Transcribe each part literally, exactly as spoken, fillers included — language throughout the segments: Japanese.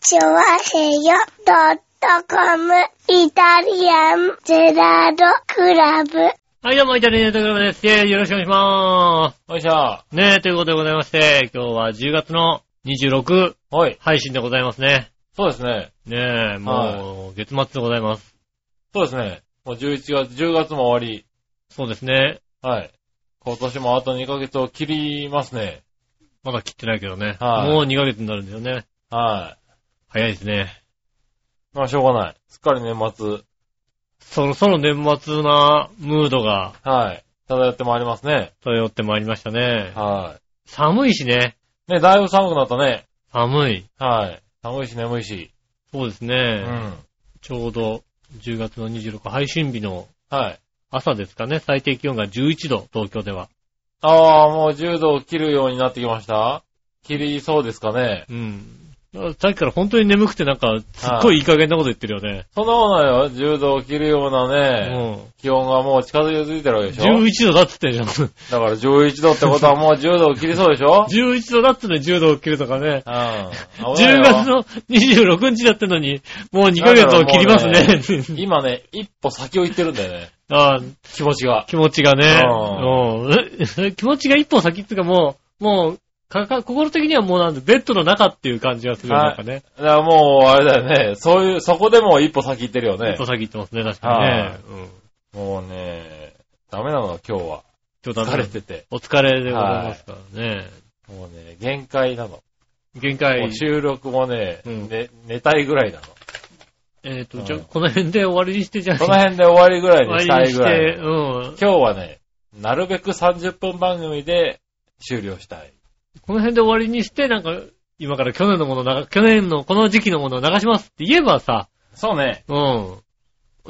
チョワヘヨドットコムイタリアンゼラードクラブ。 はい、どうも、イタリアンゼラードクラブです。よろしくお願いしまーす。おいしょ。 ねえ、ということでございまして、今日はじゅうがつのにじゅうろく配信でございますね。 そうですね。 ねえ、もう、月末でございます。 そうですね。もうじゅういちがつ、じゅうがつも終わり。 そうですね。 はい。今年もあとにかげつを切りますね。 まだ切ってないけどね。 はい。 もうにかげつになるんだよね。 はい。 早いですね。 まあ、しょうがない。すっかり年末。 そろそろ年末なムードが。 はい。漂ってまいりますね。 漂ってまいりましたね。 はい。 寒いしね。 ね、だいぶ寒くなったね。 寒い。 はい。寒いし眠いし。 そうですね。 うん。 ちょうどじゅうがつのにじゅうろく配信日の。 はい。 朝ですかね。最低気温がじゅういちど、東京では。 ああ、もうじゅうどを切るようになってきました？切りそうですかね。 うん。さっきから本当に眠くてなんか、すっごいいい加減なこと言ってるよね。 そんなことないよ。じゅうどを切るようなね、うん、気温がもう近づいてるわけでしょ。 じゅういちどだっつってんじゃん。だからじゅういちどってことはもうじゅうどを切りそうでしょ。 じゅういちどだっつってじゅうどを切るとかね。 うん。 じゅうがつのにじゅうろくにちだってのに、もうにかげつを切りますね。ね今ね、一歩先を行ってるんだよね。 ああ、 気持ちが。 気持ちがね。うん。気持ちが一歩先っていうかもう、もう、かか、心的にはもうなんで、ベッドの中っていう感じがするよ、なんかね。 だからもう、あれだよね。そういう、そこでもう一歩先行ってるよね。 一歩先行ってますね、確かにね。 うん、もうね、ダメなの、今日は。 今日ダメ。 疲れてて。 お疲れでございますからね。 もうね、限界なの。 限界。 もう収録もね、うん、ね、寝たいぐらいなの。 えっと、うん、じゃあ、この辺で終わりにしてじゃあ。 この辺で終わりぐらいにしたいぐらい。 終わりにして、うん。 今日はね、なるべくさんじゅっぷん番組で終了したい。 この辺で終わりにして、なんか、今から去年のもの流、去年のこの時期のものを流しますって言えばさ。 そうね。 うん。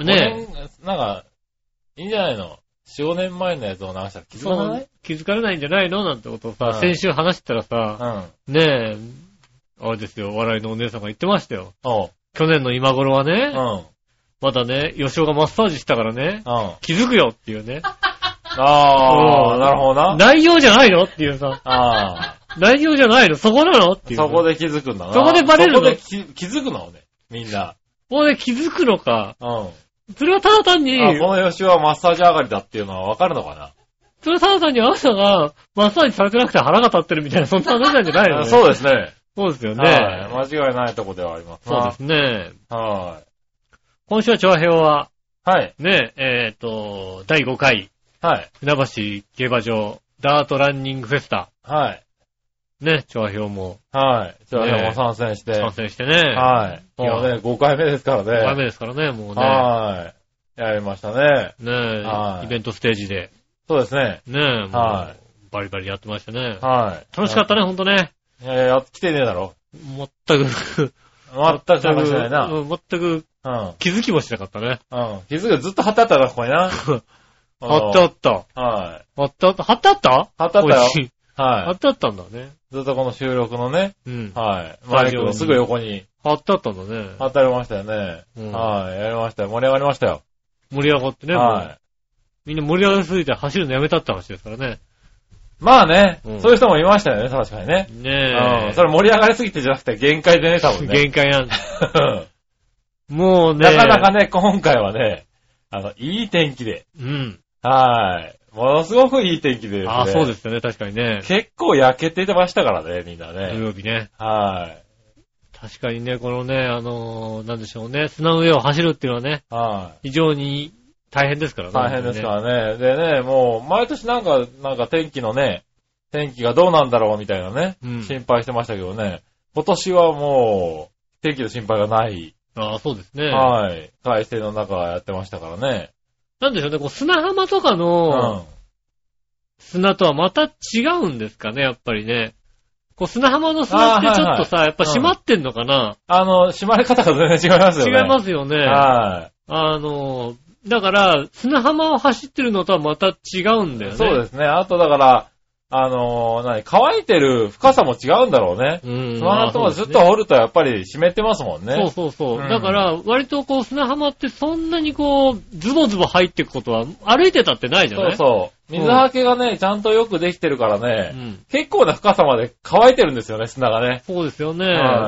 ねえ。なんか、いいんじゃないの ?よん、ごねんまえのやつを流したら気づかない？ 気づかれないんじゃないのなんてことをさ、うん、先週話してたらさ、うん、ねえ、あれですよ、笑いのお姉さんが言ってましたよ。 おう去年の今頃はね、 うん、 まだね、吉尾がマッサージしたからね、 うん、 気づくよっていうね。 ああ、なるほどな。 内容じゃないのっていうさ。 ああ。 内容じゃないのそこなのっていう。 そこで気づくんだな。 そこでバレるのそこで気づくのね。みんな。 そこで気づくのか。 うん。 それはただ単に。 あ、この吉はマッサージ上がりだっていうのはわかるのかな。 それはただ単にあなたがマッサージされてなくて腹が立ってるみたいな、そんな話なんじゃないのね。 そうですね。 そうですよね。 はい。間違いないとこではあります。 そうですね。 はい。 今週は長編は、 はい。 ねえ、えっと、だいごかい。 はい。 船橋競馬場、ダートランニングフェスタ。 はい。 ね、調和表も。 はい。調和表も参戦して。 参戦してね。 はい。もうね、ごかいめですからね。 ごかいめですからね、もうね。 はい。やりましたね。 ねえ、はい、イベントステージで。 そうですね。 ねえ、はい。バリバリやってましたね。 はい。 楽しかったね、ほんとね。 いやいや、来てねえだろ。 全く。 全く参加してないな。 うん、全く。うん。気づきもしなかったね。 うん。気づくずっと貼ってあったな、ここにな。 貼ってあった。 はい。 貼ってあった。貼ってあった貼ってあったよ。はい。 貼ってあったんだね。 ずっとこの収録のね。 うん。 はい。マイクのすぐ横に。 貼ってあったんだね。 貼ってありましたよね。うん。はい。やりましたよ。盛り上がりましたよ。 盛り上がってね。はい。みんな盛り上がりすぎて走るのやめたって話ですからね。 まあね。うん、そういう人もいましたよね、確かにね。 ねえ。 うん。それ盛り上がりすぎてじゃなくて限界でね、多分ね。 限界なんだ。もうね。 なかなかね、今回はね、あの、いい天気で。 うん。 はい。ものすごくいい天気でですね。 ああ、そうですよね、確かにね。 結構焼けてましたからね、みんなね。 土曜日ね。 はい。 確かにね、このね、あのー、なんでしょうね、砂の上を走るっていうのはね、 はい。 非常に大変ですからね。 大変ですからね。でね、もう、毎年なんか、なんか天気のね、天気がどうなんだろうみたいなね、うん、心配してましたけどね、今年はもう、天気の心配がない。 ああ、そうですね。 はい。快晴の中やってましたからね。 なんでしょうね、こう砂浜とかの、砂とはまた違うんですかね、やっぱりね。こう砂浜の砂ってちょっとさ、はいはい、やっぱ締まってんのかな、うん、 あの、締まり方が全然違いますよね。 違いますよね。 はい。 あの、だから、砂浜を走ってるのとはまた違うんだよね。 そうですね。あとだから、あのー、何、乾いてる深さも違うんだろうね。うん。その後はずっと掘るとやっぱり湿ってますもんね。 そうそうそう。うん、だから、割とこう砂浜ってそんなにこう、ズボズボ入っていくことは歩いてたってないじゃない？ そうそう。水はけがね、ちゃんとよくできてるからね、うん、結構な深さまで乾いてるんですよね、砂がね。 そうですよね。はい。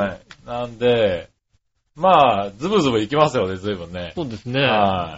なんで、まあ、ズブズブいきますよね、随分ね。 そうですね。 はい。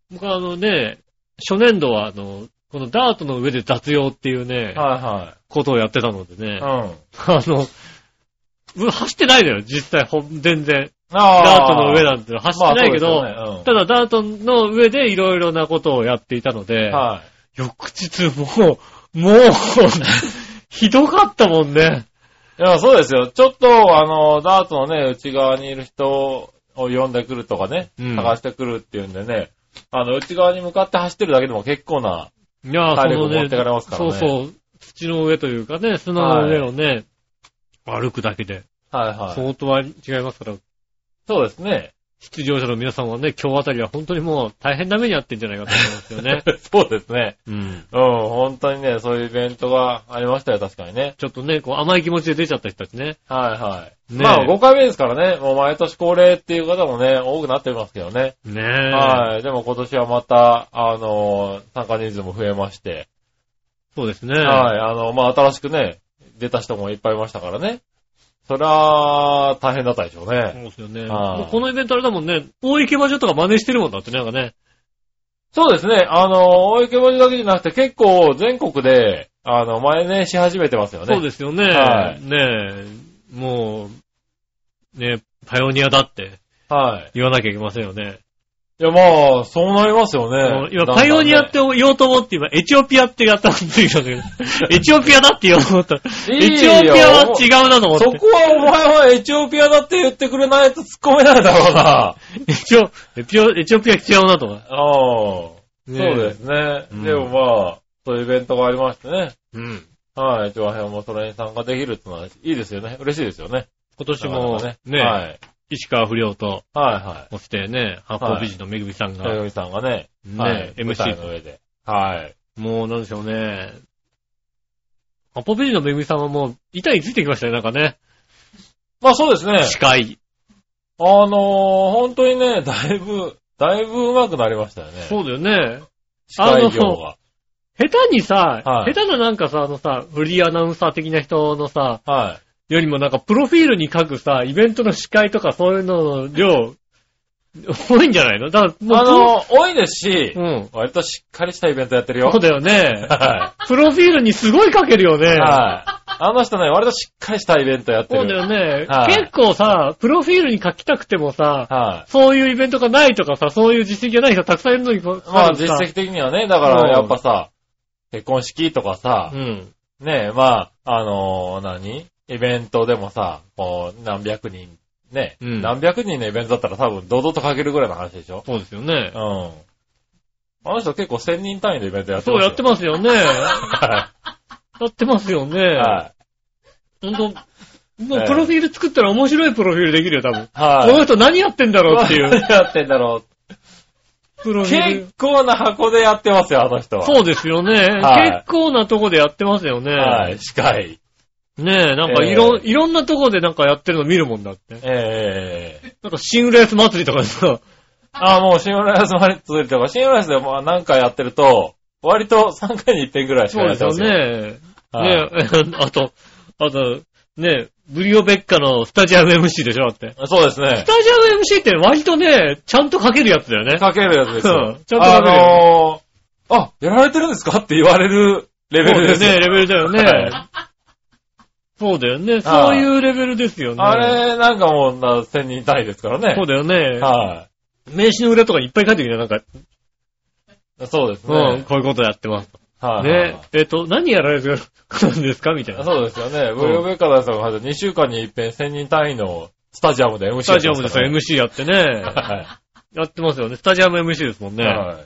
僕はあのね、初年度はあの、このダートの上で雑用っていうね、 はいはい。 ことをやってたのでね。 うん。あの、走ってないのよ、実際、ほん、全然。 あ。 ダートの上なんて走ってないけど、 まあねうん、 ただダートの上でいろいろなことをやっていたので、 はい。 翌日もう、もう、ひどかったもんね。 いや、そうですよ。ちょっと、あの、ダートのね、内側にいる人を呼んでくるとかね、うん、探してくるっていうんでね、あの、内側に向かって走ってるだけでも結構な、 いや、 体力を持ってかれますからね。 そうそう。土の上というかね、砂の上をね、はい、歩くだけで。 はいはい。 相当は違いますから。 そうですね。 出場者の皆さんはね、今日あたりは本当にもう大変な目に遭ってんじゃないかと思いますよね。 そうですね。 うん。うん、 本当にね、そういうイベントがありましたよ、確かにね。 ちょっとね、こう甘い気持ちで出ちゃった人たちね。 はいはい。ね、まあごかいめですからね、もう毎年恒例っていう方もね、多くなってますけどね。 ねえ。 はい。でも今年はまた、あのー、参加人数も増えまして。 そうですね。 はい。あの、まあ新しくね、出た人もいっぱいいましたからね。そりゃ、大変だったでしょうね。 そうですよね。もうこのイベントあれだもんね、大池場所とか真似してるもんだってね、なんかね。 そうですね。あの、大池場所だけじゃなくて結構全国で、あの、真似し始めてますよね。 そうですよね。はい。ねえ、もう、ね、パイオニアだって、はい。言わなきゃいけませんよね。 いや、まあ、そうなりますよね。 今、パイオニアって言おうと思って今、エチオピアってやったんですけど、エチオピアだって言おうと思った。エチオピアは違うなと思って。 そこはお前はエチオピアだって言ってくれないと突っ込めないだろうな。 エチオ、エチオ、エチオピア違うなと思って。 ああ、そうですね。うん、でもまあ、そういうイベントがありましてね。うん。はい、長編もそれに参加できるってのはいいですよね。嬉しいですよね。 今年もね、ね、はい。石川不良と、はいはい。そしてね、八方美人のめぐみさんが。 めぐみさんがね、 ね、はい、エムシーの上で。はい。 もうなんでしょうね。八方美人のめぐみさんはもう、板についてきましたね、なんかね。 まあそうですね。 司会。 あのー、本当にね、だいぶ、だいぶ上手くなりましたよね。 そうだよね。 司会業が。 下手にさ、はい、下手ななんかさ、あのさ、フリーアナウンサー的な人のさ、はい。よりもなんか、プロフィールに書くさ、イベントの司会とかそういうのの量、多いんじゃないの？だからもうあの、多いですし、 うん。 割としっかりしたイベントやってるよ。 そうだよね。はい。プロフィールにすごい書けるよね。 はい。あの人ね、割としっかりしたイベントやってる。 そうだよね。はい、結構さ、プロフィールに書きたくてもさ、はい、そういうイベントがないとかさ、そういう実績がない人たくさんいるのに。 まあ実績的にはね、だからやっぱさ、結婚式とかさ、うん、ねえ、まあ、あのー、何イベントでもさ、こう、何百人、ね、うん、何百人のイベントだったら多分堂々とかけるぐらいの話でしょ？ そうですよね。 うん。あの人結構千人単位のイベントやってますよ。 そうやってますよね。やってますよね。はい。ほんと、もうプロフィール作ったら面白いプロフィールできるよ、多分。はい。この人何やってんだろうっていう。 何やってんだろう。プロフィール。結構な箱でやってますよ、あの人は。 そうですよね。はい、結構なとこでやってますよね。 はい、司会。 ねえ、なんかいろ、えー、いろんなとこでなんかやってるの見るもんだって。 ええー。 なんか新浦安祭りとかでさ。 ああ、もう新浦安祭りとか、新浦安でも何回やってると、割とさんかいにいっぺんぐらいしかやってますよ。 そうですよね。はい、ねえ、あと、あと、ねえ、ブリオベッカのスタジアム エムシー でしょだって。 そうですね。 スタジアム エムシー って割とね、ちゃんと書けるやつだよね。 書けるやつですよ。 うん、ちゃんと書けるやつ。あのー、あ、やられてるんですかって言われるレベルですよね。レベルだよね。はいそうだよね。そういうレベルですよね。 あれ、なんかもう、な、千人単位ですからね。 そうだよね。 はい。 名刺の裏とかにいっぱい書いてるよ、なんか。 そうですね。 うん、こういうことやってます。はい。ね。えっと、何やられてるんですかみたいな。 そうですよね。ブリオベッカダさんがにしゅうかんに一遍千人単位のスタジアムで エムシーやってます。スタジアムでさ、エムシー やってね。はい。やってますよね。スタジアム エムシー ですもんね。はい。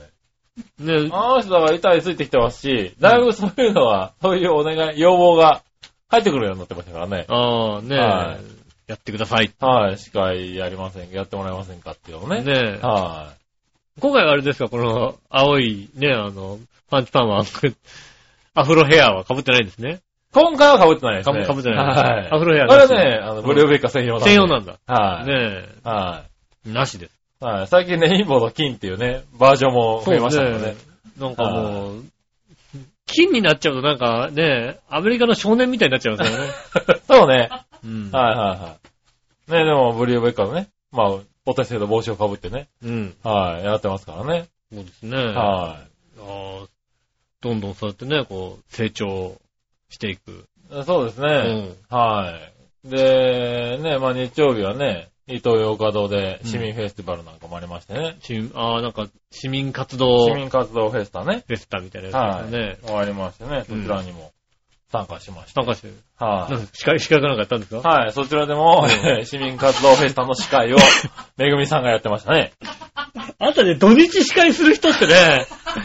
ね。 あの人だから板についてきてますし、だいぶそういうのは、そういうお願い、要望が、入ってくるようになってましたからね。 ああ、ねえ、はい。やってください。 はい。司会やりませんかやってもらえませんかっていうのね。 ねえ。 はい。 今回はあれですかこの青いね、あの、パンチパンは、アフロヘアは被ってないんですね。 今回は被ってないですね。 被ってない。はい。アフロヘアこれはね、あの、ブリオベッカ専用なんだ。 専用なんだ。 はい。 ねえ。 はい。 なしです。 はい。最近レインボーの金っていうね、バージョンも増えましたからね。 なんかもう、金になっちゃうとなんかね、アメリカの少年みたいになっちゃうんですよね。 そうね。 うん。 はいはいはね、でもブリオベッカのね、まあ、お手製の帽子をかぶってね。うん。はい、やってますからね。 そうですね。 はい。ああ、どんどんそうやってね、こう、成長していく。 そうですね。うん。はい。で、ね、まあ日曜日はね、伊東洋華堂で市民フェスティバルなんかもありましてね。 うん、ああ、なんか市民活動。 市民活動フェスタね。 フェスタみたいなやつですね。はい。 終わりましてね、そちらにも参加しました。 参加してる。 はい。 司会、司会かなんかやったんですか？ はい、そちらでも、市民活動フェスタの司会を、めぐみさんがやってましたね。 あとね、土日司会する人ってね、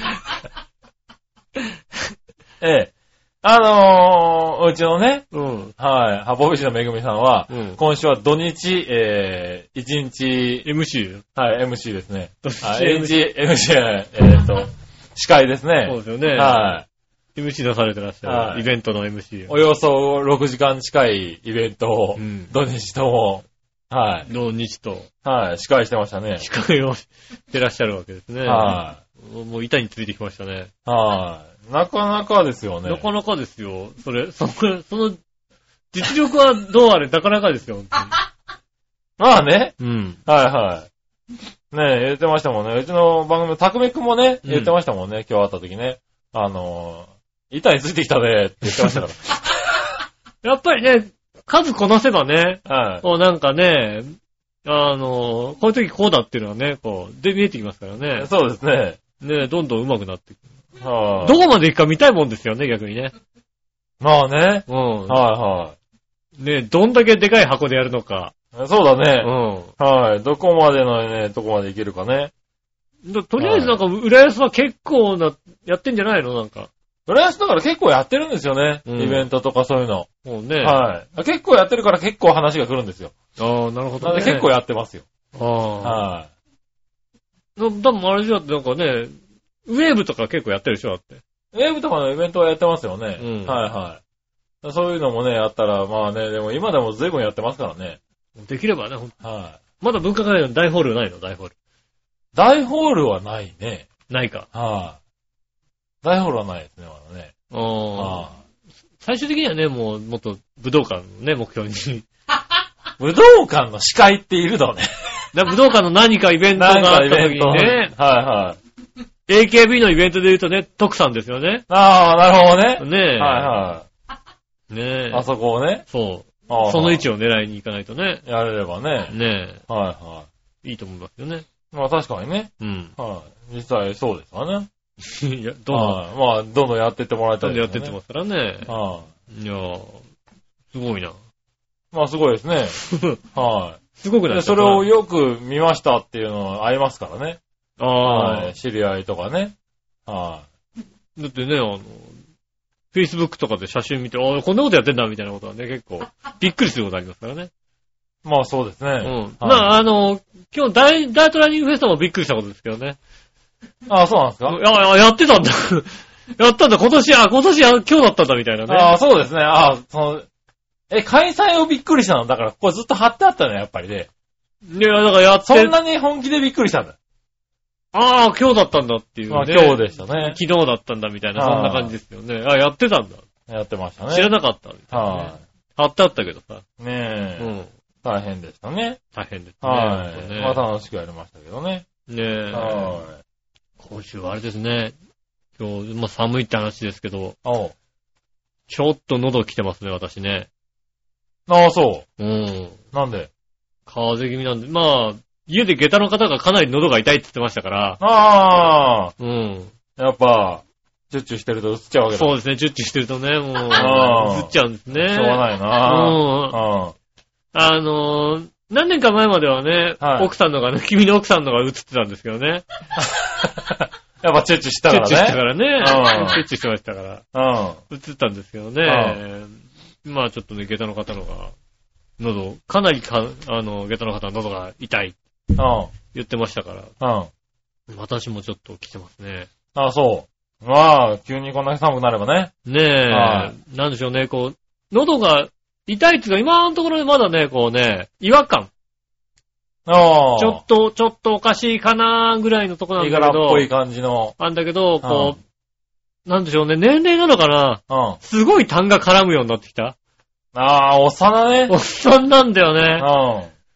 ええ。あのー、うちのね、 うん。 はい、ハポビシのめぐみさんは、うん、今週は土日、えー、いちにち、 エムシー？ はい、エムシー ですね。土日 エムシー、エムシー、えーと、司会ですね。 そうですよね。 はい。 エムシー 出されてらっしゃる、はい、イベントの エムシー。 およそろくじかん近いイベントを、うん、土日とも、はい。 土日と。 はい、司会してましたね。 司会をしてらっしゃるわけですね。 はい。 もう板についてきましたね。 はい。なかなかですよね。 なかなかですよ。それ、そこ、その、実力はどうあれ、なかなかですよ、本当に。 まあね。 うん。 はいはい。ねえ、言ってましたもんね。うちの番組、たくみくんもね、言ってましたもんね、うん、今日会った時ね。あのー、板についてきたね、って言ってましたから。 やっぱりね、数こなせばね、 はい。 こうなんかね、あのー、こういう時こうだっていうのはね、こう、で見えてきますからね。 そうですね。 ね、どんどん上手くなっていく。 はあ、 どこまで行くか見たいもんですよね、逆にね。 まあね。 うん。 はいはい。 ね、どんだけでかい箱でやるのか。 そうだね。 うん。 はい。どこまでのね、どこまでいけるかね。 とりあえずなんか、浦安は結構な、やってんじゃないのなんか。 浦安だから結構やってるんですよね。うん、イベントとかそういうの。 もうね。 はい。結構やってるから結構話が来るんですよ。 ああ、なるほど、ね。 なんで結構やってますよ。 ああ。 はい。 多分あれじゃ、なんかね、ウェーブとか結構やってるでしょだって。 ウェーブとかのイベントはやってますよね。 うん、 はいはい。そういうのもね、やったら、まあね、でも今でも随分やってますからね。 できればね、ほんと。 はい。 まだ文化会の大ホールないの大ホール。 大ホールはないね。 ないか。 はい。大ホールはないですね、まだね。 ああ。最終的にはね、もう、もっと武道館のね、目標に。 武道館の司会っているだね。 武道館の何かイベントがあった時にね。 はいはい。 エーケービー のイベントで言うとね、徳さんですよね。 ああ、なるほどね。 ねえ。 はいはい。 ねえ。 あそこをね。 そう。その位置を狙いに行かないとね。 やれればね。 ねえ。はいはい。 いいと思いますよね。 まあ確かにね。 うん。 はい。実際そうですわね。 いや、どんどん。 まあ、どんどんやってってもらいたいですね。どんどんやってってますからね。 はい。 いやすごいな。 まあすごいですね。はい。 すごくないですか？それをよく見ましたっていうのはありますからね。 ああ。 はい。知り合いとかね。はい。 だってね、あの、Facebook とかで写真見て、ああ、こんなことやってんだみたいなことはね、結構、びっくりすることありますからね。 まあそうですね。うん。 はい、まああの、今日ダイ、ダイトランニングフェスタもびっくりしたことですけどね。 ああ、そうなんですか？ いや、やってたんだ。やったんだ、今年、あ、今年、今日だったんだみたいなね。 ああ、そうですね。ああ、その、え、開催をびっくりしたのだから、ここずっと貼ってあったね、やっぱりね。 いや、だからやって。 そんなに本気でびっくりしたんだ。 ああ、今日だったんだっていうね。 ああ、今日でしたね。 昨日だったんだみたいな、そんな感じですよね。ああ、やってたんだ。 やってましたね。 知らなかったみたいな、ね。はい、貼ってあったけどさ。 ねえ。うん。大変でしたね。 大変ですね。 はい。ね、まあ楽しくやりましたけどね。 ねえ。はい。今週はあれですね。今日、まあ寒いって話ですけど。 おう。 ちょっと喉来てますね、私ね。 ああ、そう。 うん。 なんで？ 風邪気味なんで。まあ、家で下駄の方がかなり喉が痛いって言ってましたから。 ああ。 うん。 やっぱ、チュッチュしてると映っちゃうわけだ。 そうですね、チュッチュしてるとね、もう、映っちゃうんですね。 しょうがないな。 うん。あのー、何年か前まではね、はい、奥さんのがね、君の奥さんのが映ってたんですけどね。 やっぱチュッチュしたからね。 チュッチュしたからね。チュッチュしてましたから。 うん。 映ったんですけどね。まあちょっとね、下駄の方のが、喉、かなりか、あの、下駄の方の喉が痛い。 うん。 言ってましたから。 うん。 私もちょっと来てますね。 ああ、そう。まあ、急にこんなに寒くなればね。 ねえ。はい、なんでしょうね、こう、喉が痛いっていうか、今のところでまだね、こうね、違和感。 ああ。 ちょっと、ちょっとおかしいかなーぐらいのとこなんだけど。 いがらっぽい感じの。 あんだけど、こう、なんでしょうね、年齢なのかな。 うん。 すごい痰が絡むようになってきた。 ああ、おっさんだね。 おっさんなんだよね。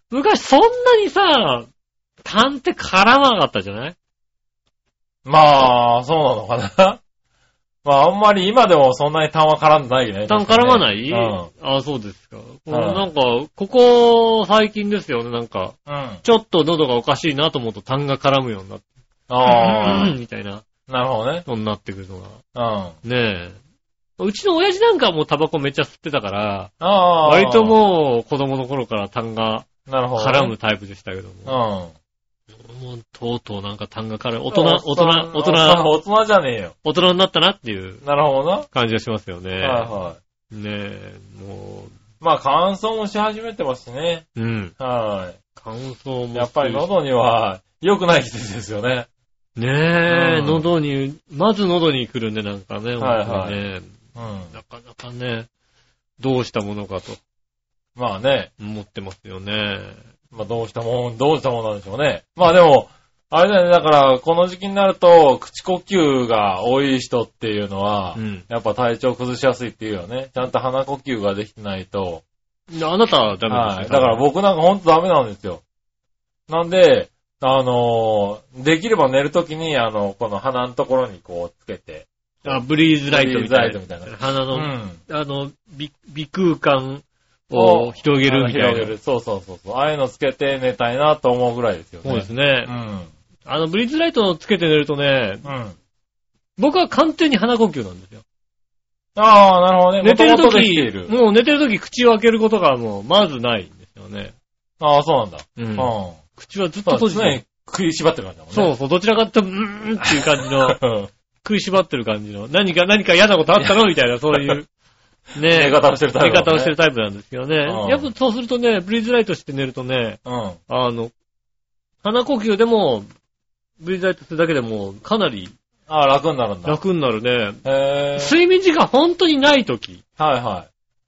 昔そんなにさ、痰って絡まなかったじゃない？ まあ、そうなのかな。まあ、あんまり今でもそんなに痰は絡んでないけどね。 痰絡まない？うん。あ、そうですか。うん、なんか、ここ最近ですよね、なんか。うん。ちょっと喉がおかしいなと思うと痰が絡むようになって。ああ。みたいな。 なるほどね。 そうなってくるのが。うん。ねえ。うちの親父なんかはもうタバコめっちゃ吸ってたから、ああ。割ともう子供の頃から痰が絡むタイプでしたけども。うん。もうとうとうなんか痰が絡む。大人、大人、大人。 大人じゃねえよ。 大人になったなっていう。 なるほどな。 感じがしますよね。はいはい。 ねえ、もう。 まあ乾燥もし始めてますしね。 うん。 はい。 乾燥も。 やっぱり喉には良くない季節ですよね。 ねえ、うん、喉に、まず喉に来るんでなんかね、はいはい。ね、うん、なかなかね、どうしたものかと。 まあね。 思ってますよね。 まあどうしたもん、どうしたものなんでしょうね。まあでも、あれだよね、だからこの時期になると、口呼吸が多い人っていうのは、うん、やっぱ体調崩しやすいっていうよね。ちゃんと鼻呼吸ができてないと。 あなたはダメですね。 はい。だから僕なんかほんとダメなんですよ。なんで、あのー、できれば寝るときに、あの、この鼻のところにこうつけて。 あ、ブリーズライトみたいな。 ブリーズライトみたいな。 鼻の、うん、あの、微、微空間を広げるみたいな。広げる。 そうそうそうそう。ああいうのつけて寝たいなと思うぐらいですよね。 そうですね。うん。あの、ブリーズライトをつけて寝るとね、うん。僕は完全に鼻呼吸なんですよ。 ああ、なるほどね。 寝てるとき、もう寝てるとき口を開けることがもう、まずないんですよね。 ああ、そうなんだ。 うん。うん、口はずっと閉じてる。 食いしばってる感じだもんね。 そうそう、どちらかっていうと、うーんっていう感じの、食いしばってる感じの、何か何か嫌なことあったのみたいな、そういう、ね。 寝方をしてるタイプ、ね。 寝方をしてるタイプなんですけどね。うん、やっぱそうするとね、ブリーズライトして寝るとね、うん、あの、鼻呼吸でも、ブリーズライトするだけでも、かなり、 ああ、楽になるんだ。 楽になるね。へー。睡眠時間本当にない時。 はいはい。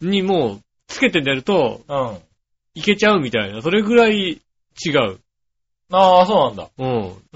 にもう、つけて寝ると、うん。いけちゃうみたいな。それぐらい違う。 ああ、そうなんだ。 うん。 うん。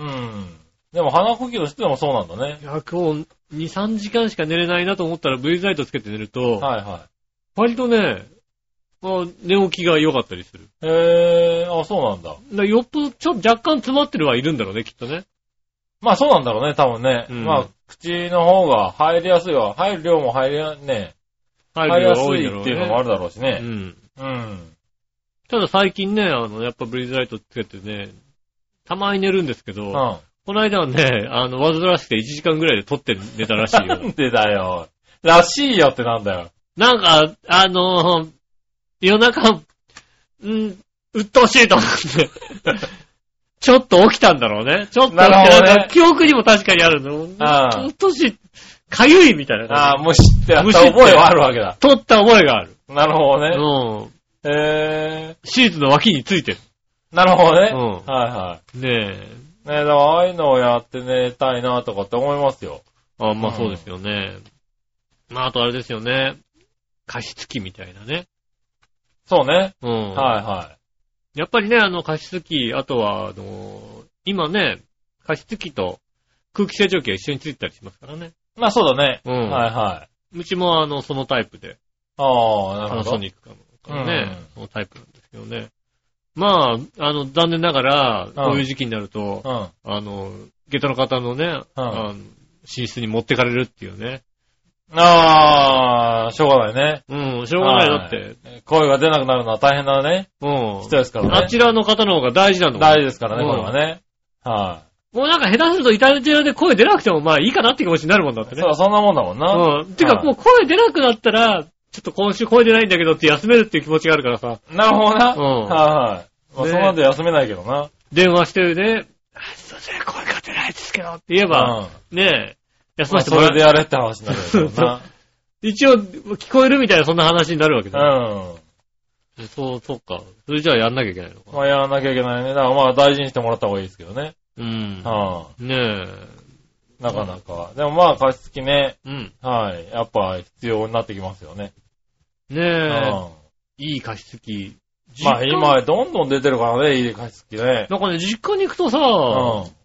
でも鼻呼吸としてもそうなんだね。 いや、今日に、さんじかんしか寝れないなと思ったらブリーズライトつけて寝ると、 はいはい。 割とね、寝起きが良かったりする。 へー、あ、そうなんだ。 だよっぽど、ちょっと若干詰まってるはいるんだろうね、きっとね。 まあそうなんだろうね、多分ね。うん、まあ、口の方が入りやすいわ。入る量も入りや、ね。入りやすいっていうのもあるだろうしね。うん。うん。 ただ最近ね、あの、やっぱブリーズライトつけてね、たまに寝るんですけど、うん、この間はね、あの、わずらしくていちじかんぐらいで撮って寝たらしいよ。 なんでだよ。らしいよってなんだよ。 なんか、あのー、夜中、うん、うっとうしいと思って。ちょっと起きたんだろうね。ちょっと起きた。なるほどね、記憶にも確かにあるの。ああ。うっとうしい。かゆいみたいな感じ。 ああ、虫ってやった覚えはあるわけだ。 取った覚えがある。 なるほどね。 うん。 へー。シーツの脇についてる。 なるほどね。 うん。 はいはい。 ねえ。 ねえ、だからああいうのをやって寝たいなとかって思いますよ。 ああ、まあそうですよね。うん、まああとあれですよね。加湿器みたいなね。 そうね。 うん。 はいはい。 やっぱりね、あの加湿器、あとは、あの、今ね、加湿器と空気清浄機が一緒についてたりしますからね。 まあそうだね。 うん。 はいはい。 うちもあの、そのタイプで。 ああ、なるほど。 パナソニックかね、うん、そのタイプなんですけどね。まあ、あの、残念ながら、こういう時期になると、うん、あの、下駄の方のね、うん、あの寝室に持ってかれるっていうね。 ああ、しょうがないね。 うん、しょうがないだって。 声が出なくなるのは大変なね。うん。人ですからね。 あちらの方の方が大事なの。 大事ですからね、これはね。はい。 もうなんか下手するとイタリアで声出なくてもまあいいかなって気持ちになるもんだってね。 そう、そんなもんだもんな。 うん。てかもう声出なくなったら、ちょっと今週声出ないんだけどって休めるっていう気持ちがあるからさ。 なるほどな。うん。はいはい。まあ、そんなんで休めないけどな。 電話してるね。それ声が出ないですけどって言えば、うん、ねえ、休ませてもらう。 それでやれって話になるよな。 一応、聞こえるみたいなそんな話になるわけだ。うん。そう、そうか。それじゃあやんなきゃいけないのか。 まあやんなきゃいけないね。だからまあ大事にしてもらった方がいいですけどね。 うん。 はあ、ねえ。 なかなか。でもまあ加湿器ね。うん。はい。やっぱ必要になってきますよね。 ねえ。いい加湿器。 まあ今どんどん出てるからね、いい加湿器ね。 なんかね、実家に行くとさ、うん、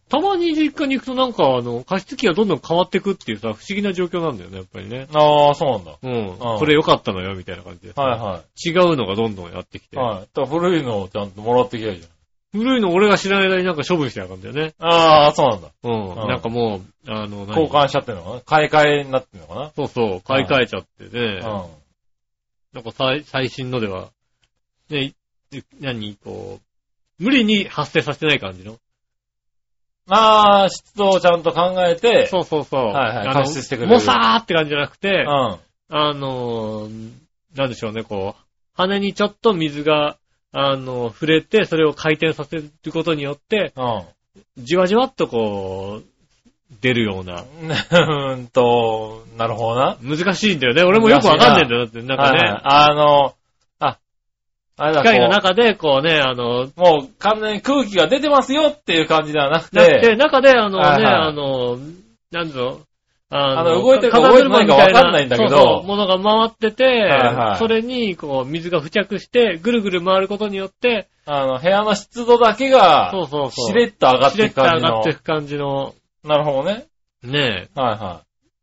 たまに実家に行くとなんかあの、加湿器がどんどん変わっていくっていうさ、不思議な状況なんだよね、やっぱりね。 ああ、そうなんだ。 うん。これ良かったのよ、みたいな感じで。 はいはい。 違うのがどんどんやってきて。 はい。古いのをちゃんともらってきゃいいじゃん。 古いの俺が知らない間になんか処分してやるんだよね。 ああ、そうなんだ。 うん。うん、なんかもう、あの、 交換しちゃってるのかな買い替えになってるのかなそうそう、買い替えちゃってね。うん。なんか最、最新のでは、ね、何、こう、無理に発生させてない感じの。 ああ、湿度をちゃんと考えて。 そうそうそう。 はいはい。加湿してくれる。 もさーって感じじゃなくて、 うん。 あのー、なんでしょうね、こう、羽にちょっと水が、あの、触れて、それを回転させることによって、うん。じわじわっとこう、出るような。 うーんと、なるほどな。 難しいんだよね。俺もよくわかんないんだよ。だって、なんかね。はいはい、 あの、あ、あれだ、 機械の中で、こうね、あの、 もう完全に空気が出てますよっていう感じではなくて。 なくて、中で、あのね、はいはい、あの、なんだろう。 あの、動いてるか動いてないかわかんないんだけど。 そうそう、ものが回ってて、はいはい、それに、こう、水が付着して、ぐるぐる回ることによって、 あの、部屋の湿度だけが、そうそうそう。しれっと上がっていく感じの。しれっと上がっていく感じの。 なるほどね。 ねえ。はいはい。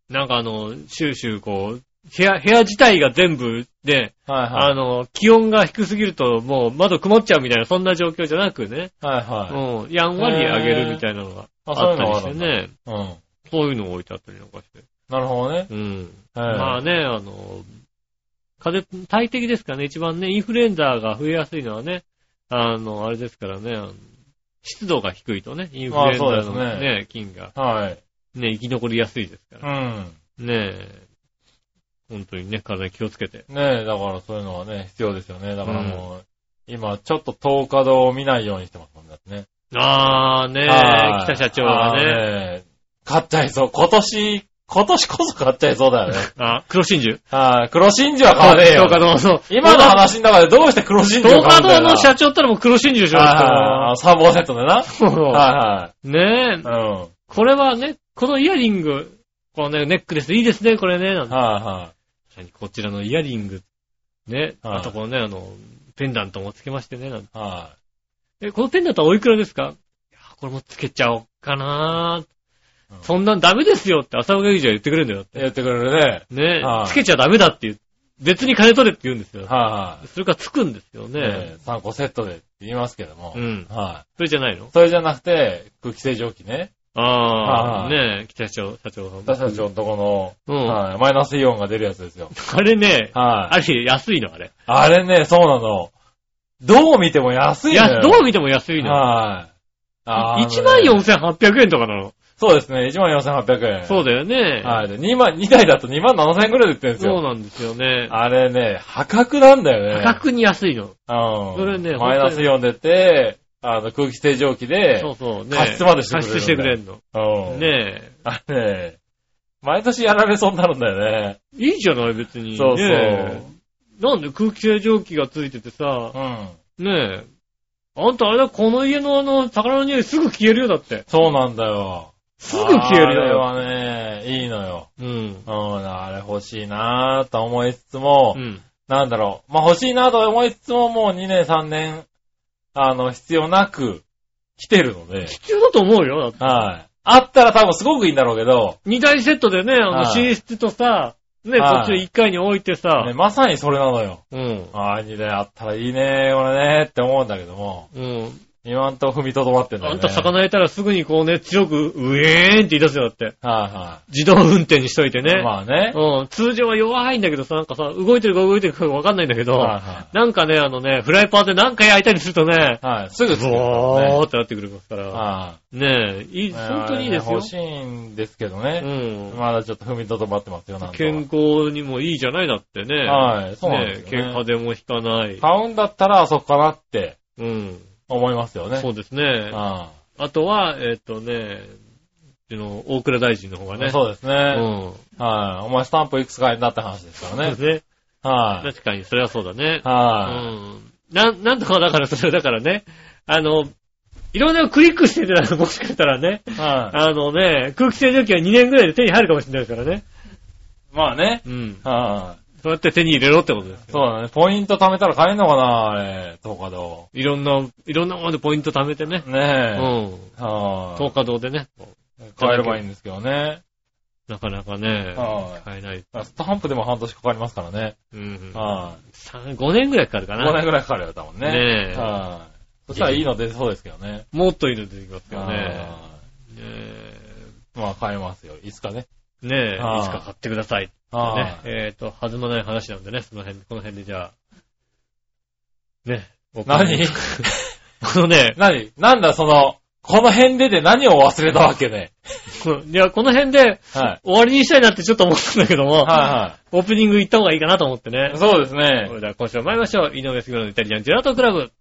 なんかあの、シューシューこう、部屋、部屋自体が全部で、はいはい。あの、気温が低すぎるともう窓曇っちゃうみたいな、そんな状況じゃなくね。 はいはい。 うん。やんわり上げるみたいなのがあったりしてね。うん。そういうのを置いてあったりなんかして。 なるほどね。 うん。まあね、あの、風邪、大敵ですからね、一番ね、インフルエンザが増えやすいのはね、あの、あれですからね、あの湿度が低いとね、インフルエンザのね、ね菌が、はい。ね、生き残りやすいですから。うん。ねえ、本当にね、体に気をつけて。 ねえ、だからそういうのはね、必要ですよね。だからもう、うん、今、ちょっと灯火堂を見ないようにしてますもんだってね。 あーねえ、北社長がね。 ね買っちゃいそう。今年、今年こそ買っちゃいそうだよね。 あ、黒真珠。 はい、黒真珠は買わねえよ。 灯火堂、そう。 今の話の中でどうして黒真珠を買うんだよ。 灯火堂の社長ったらもう黒真珠でしょ。 ああ、さんぼんセットでな。はいはい。 ねえ。うん。これはね、このイヤリング、このね、ネックレスいいですね、これね。はいはい。こちらのイヤリング、ね。あとこのね、あの、ペンダントもつけましてね。はい。え、このペンダントはおいくらですか？いや、これもつけちゃおうかなー。うん、そんなんダメですよって浅岡劇場は言ってくれるんだよって。 言ってくれるね。ね、はあ、つけちゃダメだって言う。別に金取れって言うんですよ。はい、あ、はい。それからつくんですよね。ね、 さんこセットでって言いますけども。うん。はい。 それじゃないの？ それじゃなくて、空気清浄機ね。 ああ、はい、ねえ、北社長、社長さん。北社長のとこの、うん、はい。マイナスイオンが出るやつですよ。 あれね、はい。あれ安いのあれ。 あれね、そうなの。どう見ても安いのよ。いや、 どう見ても安いの。はい。あ、ね、いちまんよんせんはっぴゃくえんとかなの。 そうですね。いちまんよんせんはっぴゃくえん。 そうだよね。 はい。で、にまん、にだいだとにまんななせんえんくらいで売ってるんですよ。 そうなんですよね。 あれね、破格なんだよね。 破格に安いの。 うん。それね、マイナスイオン出て、あの、空気清浄機で、そうそう、ね。加湿までしてくれる。 加湿してくれるの。 うん。ねえ。あれね、毎年やられそうになるんだよね。 いいじゃない、別に。 そうそう。 ね、なんで空気清浄機がついててさ、うん。ねえ。あんたあれだ、この家のあの、魚の匂いすぐ消えるよ、だって。 そうなんだよ。 すぐ消えるよ。 あれはね、いいのよ。うん。うん、あれ欲しいなぁと思いつつも、うん。なんだろう。まあ、欲しいなぁと思いつつも、もうにねんさんねん、あの、必要なく来てるので。 必要だと思うよ、だって。 はい。あったら多分すごくいいんだろうけど。 にだいセットでね、あの、寝室とさ、ね、こっちをいっかいに置いてさ。 ね、まさにそれなのよ。うん。ああ、にだいあったらいいね、俺ね、って思うんだけども。うん。今んと踏みとどまってんだよね。 あんた魚焼いたらすぐにこうね、強く、ウエーンって言い出すよ、だって。はいはい。自動運転にしといてね。 まあね。 うん。通常は弱いんだけどさ、なんかさ、動いてるか動いてるかわかんないんだけど、はいはい。なんかね、あのね、フライパンで何回焼いたりするとね、はい。すぐつく、ね。ボーってなってくるから。はい。ねえ、いい、本当にいいですよ。 欲しいんですけどね。うん。まだちょっと踏みとどまってますよ、なんか。 健康にもいいじゃないだってね。 はい。そうなんですよね。 ね、風邪もひかない。 買うんだったらあそこかなって。うん。思いますよね。 そうですね。あ, あとは、えっ、ー、とね、の大倉大臣の方がね。 そうですね。うん。はい。お前スタンプいくつ買いになった話ですからね。そうですね。 はい。確かに、それはそうだね。はい。うん。な、なんとかだからそれだからね、あの、いろんなクリックしてたらもしかしたらね、はい。あのね、空気清浄機はにねんぐらいで手に入るかもしれないからね。 まあね。うん。はい。 そうやって手に入れろってことですよ。 そうだね。ポイント貯めたら買えんのかなあれ、東華堂。 いろんな、いろんなものでポイント貯めてね。 ねえ。 うん。はぁ。東華堂でね。 買えればいいんですけどね。 なかなかね、買えない。 スタンプでも半年かかりますからね。 うん。 はい。 ごねんぐらいかかるかな。 ごねんぐらいかかるよ、多分ね。ねえ。はい。そしたらいいの出そうですけどね。 もっといいの出てきますけどね。ねえ。まあ買えますよ。いつかね。 ねえ、いつか買ってください。ね、えっと、弾まない話なんでね、その辺、この辺でじゃあ。ね。 何このね。 何なんだその、この辺でで何を忘れたわけね。 いや、この辺で、はい、終わりにしたいなってちょっと思ったんだけども、はいはい、オープニング行った方がいいかなと思ってね。 そうですね。 それでは今週も参りましょう。井上杉村のイタリアンジェラートクラブ。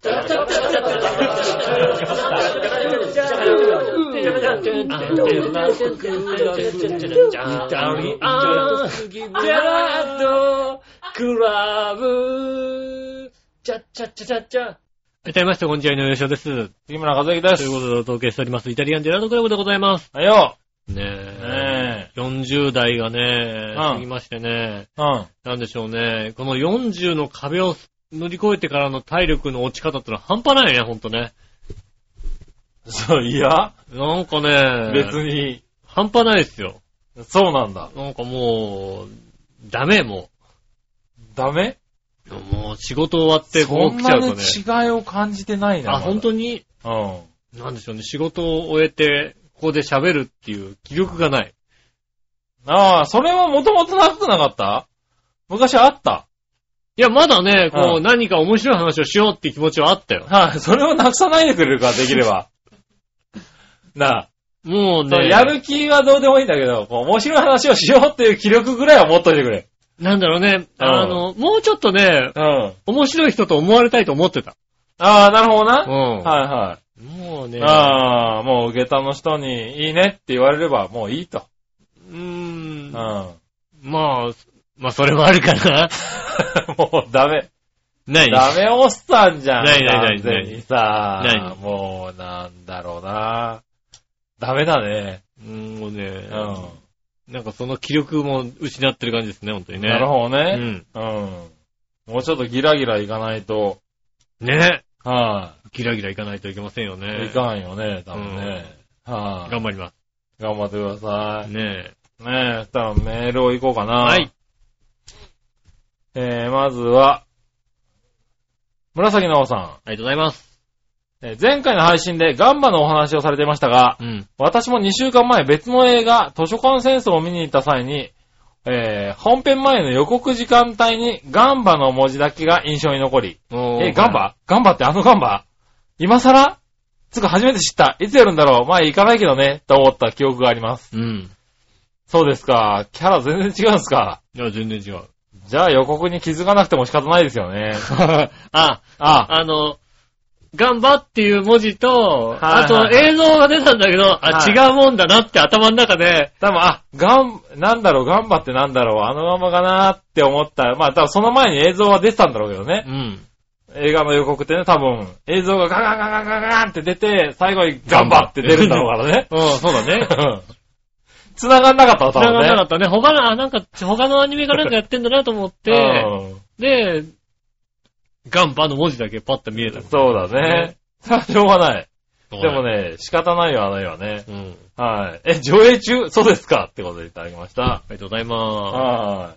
はい、どうもみなさん、こんにちは、井上翔です。 杉村和之です。 ということでお届けしております、イタリアンジェラートクラブでございます。 はいよ。 ねえ。ねえ。よんじゅう代がね、うん、過ぎましてね。うん。なんでしょうね。このよんじゅうの壁を乗り越えてからの体力の落ち方ってのは半端ないね、ほんとね。 そう、いやなんかね。 別に。 半端ないですよ。 そうなんだ。 なんかもう、ダメ、もう。ダメもう仕事終わってこう来ちゃうとね。 そんなに違いを感じてないな。 あ、本当にうん。なんでしょうね。仕事を終えて、ここで喋るっていう気力がない。 ああ、それはもともとなくなかった？昔あった。 いや、まだね、こう、うん、何か面白い話をしようっていう気持ちはあったよ。 はい、それをなくさないでくれるか、できれば。なあ。 もうね。 やる気はどうでもいいんだけど、こう面白い話をしようっていう気力ぐらいは持っといてくれ。 なんだろうね、うん、あの、もうちょっとね、うん、面白い人と思われたいと思ってた。 ああ、なるほどな。 うん。 はいはい。 もうね。 ああ、もう下駄の人にいいねって言われればもういいと。 うーん。 うん。 まあ、まあそれもあるかな。 もうダメ。 何ダメおっさんじゃん。 何何何完全にさ。 何もうなんだろうな。ダメだね。 もうね。 うん。 なんかその気力も失ってる感じですね、本当にね。 なるほどね。 うん。 うん。もうちょっとギラギラいかないと。 ね。 はい、 ギラギラいかないといけませんよね。 いかんよね、多分ね。 うん、はい、頑張ります。 頑張ってください。 ねえ。ねえ、そしたらメールを行こうかな。 はい。 えー、まずは、紫の王さん。ありがとうございます。 前回の配信でガンバのお話をされていましたが、うん、私もにしゅうかんまえ別の映画、図書館戦争を見に行った際に、えー、本編前の予告時間帯にガンバの文字だけが印象に残り、え、ガンバ、はい、ガンバってあのガンバ今更つか初めて知った。いつやるんだろう前行かないけどね、と思った記憶があります。 うん。 そうですか。キャラ全然違うんですか？ いや、全然違う。 じゃあ予告に気づかなくても仕方ないですよね。 あ、あ、あの、ガンバっていう文字と、あと映像が出たんだけど、あ、違うもんだなって頭の中で、 多分、あ、ガン、なんだろう、ガンバってなんだろう、あのガンバかなって思った。まあ多分その前に映像は出てたんだろうけどね。 うん。 映画の予告ってね、多分、映像がガガガガガガガンって出て、最後にガンバって出るんだろうからね。 うん、そうだね。 繋がんなかったわ、多分ね。 繋がんなかったね。他の、あ、なんか、他のアニメかなんかやってんだなと思って、で、ガンバの文字だけパッと見えた。 そうだね。さあ、しょうがない。でもね、仕方ないよ、あの絵はね。 うん。 はい。え、上映中？そうですかってことでいただきました。 ありがとうございます。 はい。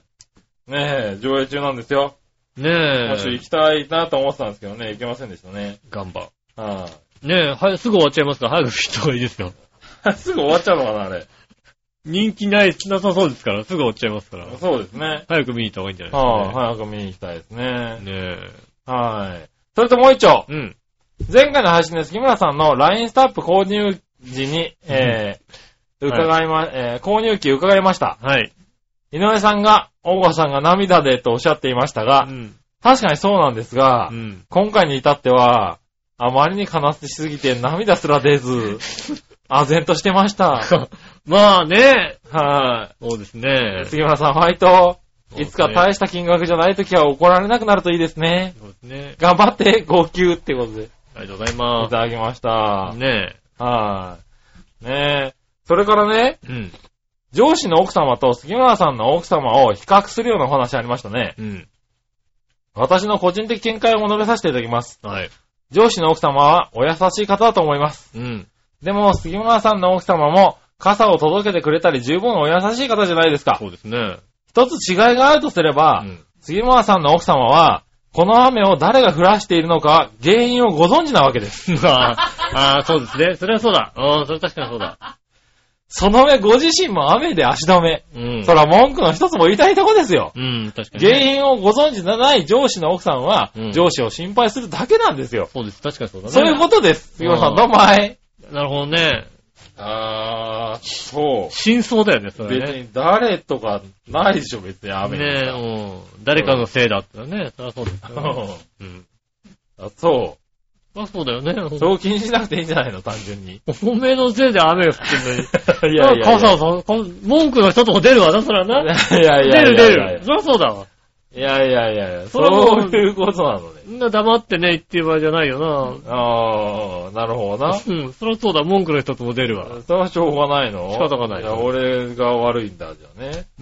ねえ、上映中なんですよ。 ねえ。 もし行きたいなと思ってたんですけどね、行けませんでしたね。 ガンバ。 はい。 ねえ、はい、すぐ終わっちゃいますから、早く行った方がいいですよ。 すぐ終わっちゃうのかな、あれ。 人気ない、なさそうですから、すぐ終わっちゃいますから。 そうですね。 早く見に行った方がいいんじゃないですか、ね。 はあ、早く見に行きたいですね。 ねえ。 はい。それともう一丁。 うん。 前回の配信で杉村さんの ライン スタンプ購入時に、えー、伺いま、はい、えー、購入期伺いました。 はい。 井上さんが、大川さんが涙でとおっしゃっていましたが、うん、確かにそうなんですが、うん、今回に至っては、あまりに悲しすぎて涙すら出ず、唖然としてました。 まあね。 はい、 そうですね。 杉村さん、ファイト。いつか大した金額じゃないときは怒られなくなるといいですね。 そうですね。 頑張って、号泣ってことで。 ありがとうございます。 いただきました。 ねえ。はい。ねえ。それからね、 うん。 上司の奥様と杉村さんの奥様を比較するようなお話ありましたね。うん。私の個人的見解を述べさせていただきます。はい。上司の奥様はお優しい方だと思います。うん。でも、杉村さんの奥様も傘を届けてくれたり十分お優しい方じゃないですか。 そうですね。 一つ違いがあるとすれば、うん、杉村さんの奥様は、この雨を誰が降らしているのか、原因をご存知なわけです。 ああ、そうですね。それはそうだ。ああ、それ確かにそうだ。 その上ご自身も雨で足止め。うん。そら文句の一つも言いたいとこですよ。 うん、確かに、ね。 原因をご存知のない上司の奥さんは、うん、上司を心配するだけなんですよ。 そうです。確かにそうだね。 そういうことです。杉村さん、どうもはい。 なるほどね。 あー、そう。 真相だよね、それね。 別に誰とかないでしょ、別に雨に。 ねえ、うん。誰かのせいだったらね、そりゃそうですよ、ね。 うん。あ、そう。 あ、そうだよね。 そう気にしなくていいんじゃないの、単純に。 おめえのせいで雨が降ってんのに。いやいやいや。傘を、文句の一つも出るわな、そらな。いやいやいや。出る出る。そりゃそうだわ。 いやいやいやいや、そういうことなのね。 みんな黙ってね、言ってる場合じゃないよな。 ああ、なるほどな。 うん、そりゃそうだ、文句の一つも出るわ。 それはしょうがないの？ 仕方がない。 いや、俺が悪いんだ、じゃあね。 うん、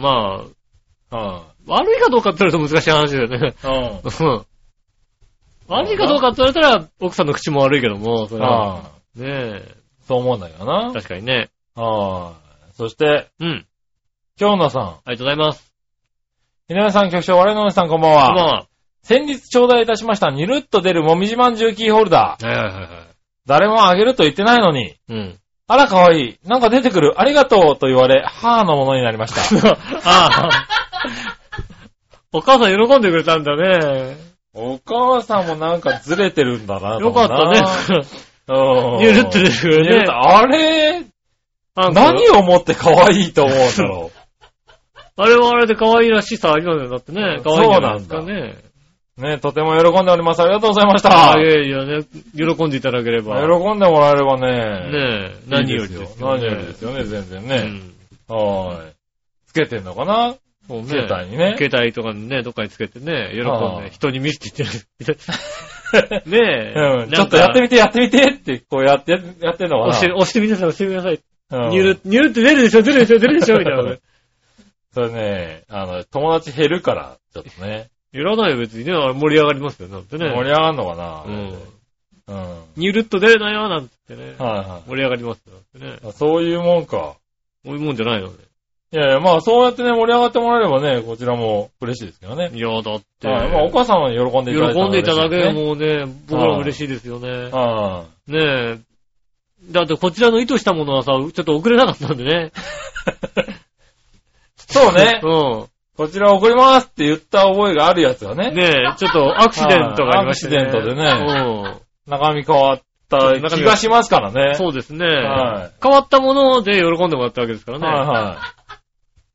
まあ、はあ、悪いかどうかって言われると難しい話だよね。うん。悪いかどうかって言われたら、奥さんの口も悪いけども、それは。ねえ。 そう思うんだよな。 確かにね。 はい。そして、うん。京奈さん。ありがとうございます。 井上さん、局長、我々のおじさん、こんばんは。こんばんは。先日頂戴いたしました、にるっと出るもみじまんじゅうキーホルダー。はいはいはいはい。誰もあげると言ってないのに。うん。あら、かわいい。なんか出てくる。ありがとうと言われ、母のものになりました。ああ。 お母さん喜んでくれたんだね。 お母さんもなんかずれてるんだな。 よかったね。うん。にるっと出てくるね。 あれ何をもって可愛いと思うんだろう。 あれはあれで可愛いらしさありますよ。だってね。可愛いんじゃないですかね。 ね、とても喜んでおります。ありがとうございました。 あいやいやね、喜んでいただければ。 喜んでもらえればね。 ねえ、何よりですよ。 何よりですよね、全然ね。うん、はーい。つけてんのかな？ そうね。 携帯にね。 携帯とかにね、どっかにつけてね、喜んで、人に見せて言ってる。ねえ、 うん。ちょっとやってみて、やってみてって、こうやって、やってんのかな？ 押して、押してみなさい、押してみなさい。ニュル、ニュルって出るでしょ、出るでしょ、出るでしょ、みたいな。 それね、あの、友達減るから、ちょっとね。 いらないよ、別にね。盛り上がりますよ、なんてね。 盛り上がるのかな？ うん。うん。ニュルっと出るなよ、なんてね。はいはい。盛り上がりますよ、なんてね。 そういうもんか。 そういうもんじゃないのね。 いやいや、まあそうやってね、盛り上がってもらえればね、こちらも嬉しいですけどね。 いや、だって。 はい。まあお母様に喜んでいただいたら、 ね。喜んでいただけでもね、僕らも嬉しいですよね。はい。ねえ。だってこちらの意図したものはさ、ちょっと遅れなかったんでね。 そうね。うん。こちら送りますって言った覚えがあるやつがね。 ねえ、ちょっとアクシデントがありましたね。 アクシデントでね。うん。中身変わった気がしますからね。 そうですね。はい。変わったもので喜んでもらったわけですからね。はいはい。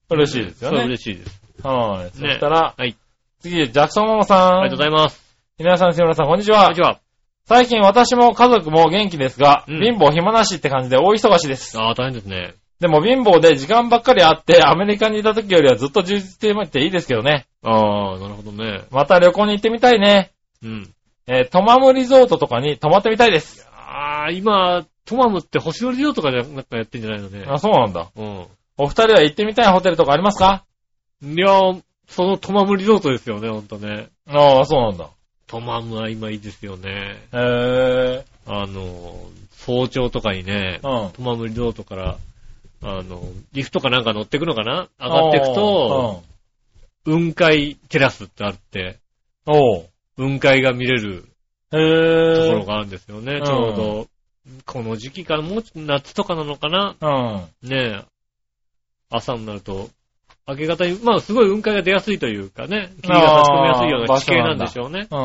嬉しいですよね。 そう、嬉しいです。 はい。そしたら、はい。次、ジャクソンママさん。 ありがとうございます。 皆さん、杉村さん、こんにちは。 こんにちは。 最近私も家族も元気ですが、うん、貧乏暇なしって感じで大忙しです。 ああ、大変ですね。 でも貧乏で時間ばっかりあって、アメリカにいた時よりはずっと充実してみていいですけどね。 ああ、なるほどね。 また旅行に行ってみたいね。うん。えー、トマムリゾートとかに泊まってみたいです。 ああ、今、トマムって星野リゾートとかでなんかやってんじゃないのね。 あ、そうなんだ。うん。お二人は行ってみたいホテルとかありますか？ いやー、そのトマムリゾートですよね、ほんとね。 ああ、そうなんだ。 トマムは今いいですよね。 へー。 あの、早朝とかにね、うん、トマムリゾートから、あの、リフトかなんか乗ってくのかな？上がっていくと、うん、雲海テラスってあって、お雲海が見れるところがあるんですよね、ちょうど。この時期からもう夏とかなのかな？うん、ねえ。朝になると、明け方に、まあすごい雲海が出やすいというかね、霧が差し込みやすいような地形なんでしょうね。うん。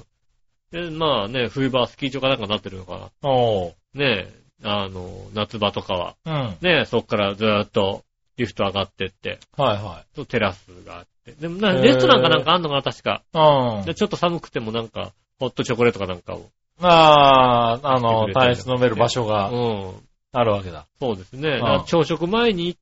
で、まあね、冬場はスキー場かなんかなってるのかな。おねえ、あの、夏場とかは。うん。ねえ、そっからずーっとリフト上がってって。はいはい。とテラスがあって。でもな、レストランかなんかあんのかな、確か。うん。で、ちょっと寒くてもなんか、ホットチョコレートかなんかを。 ああ、あの、体質飲める場所が。うん。あるわけだ。 そうですね。うん、朝食前に行って、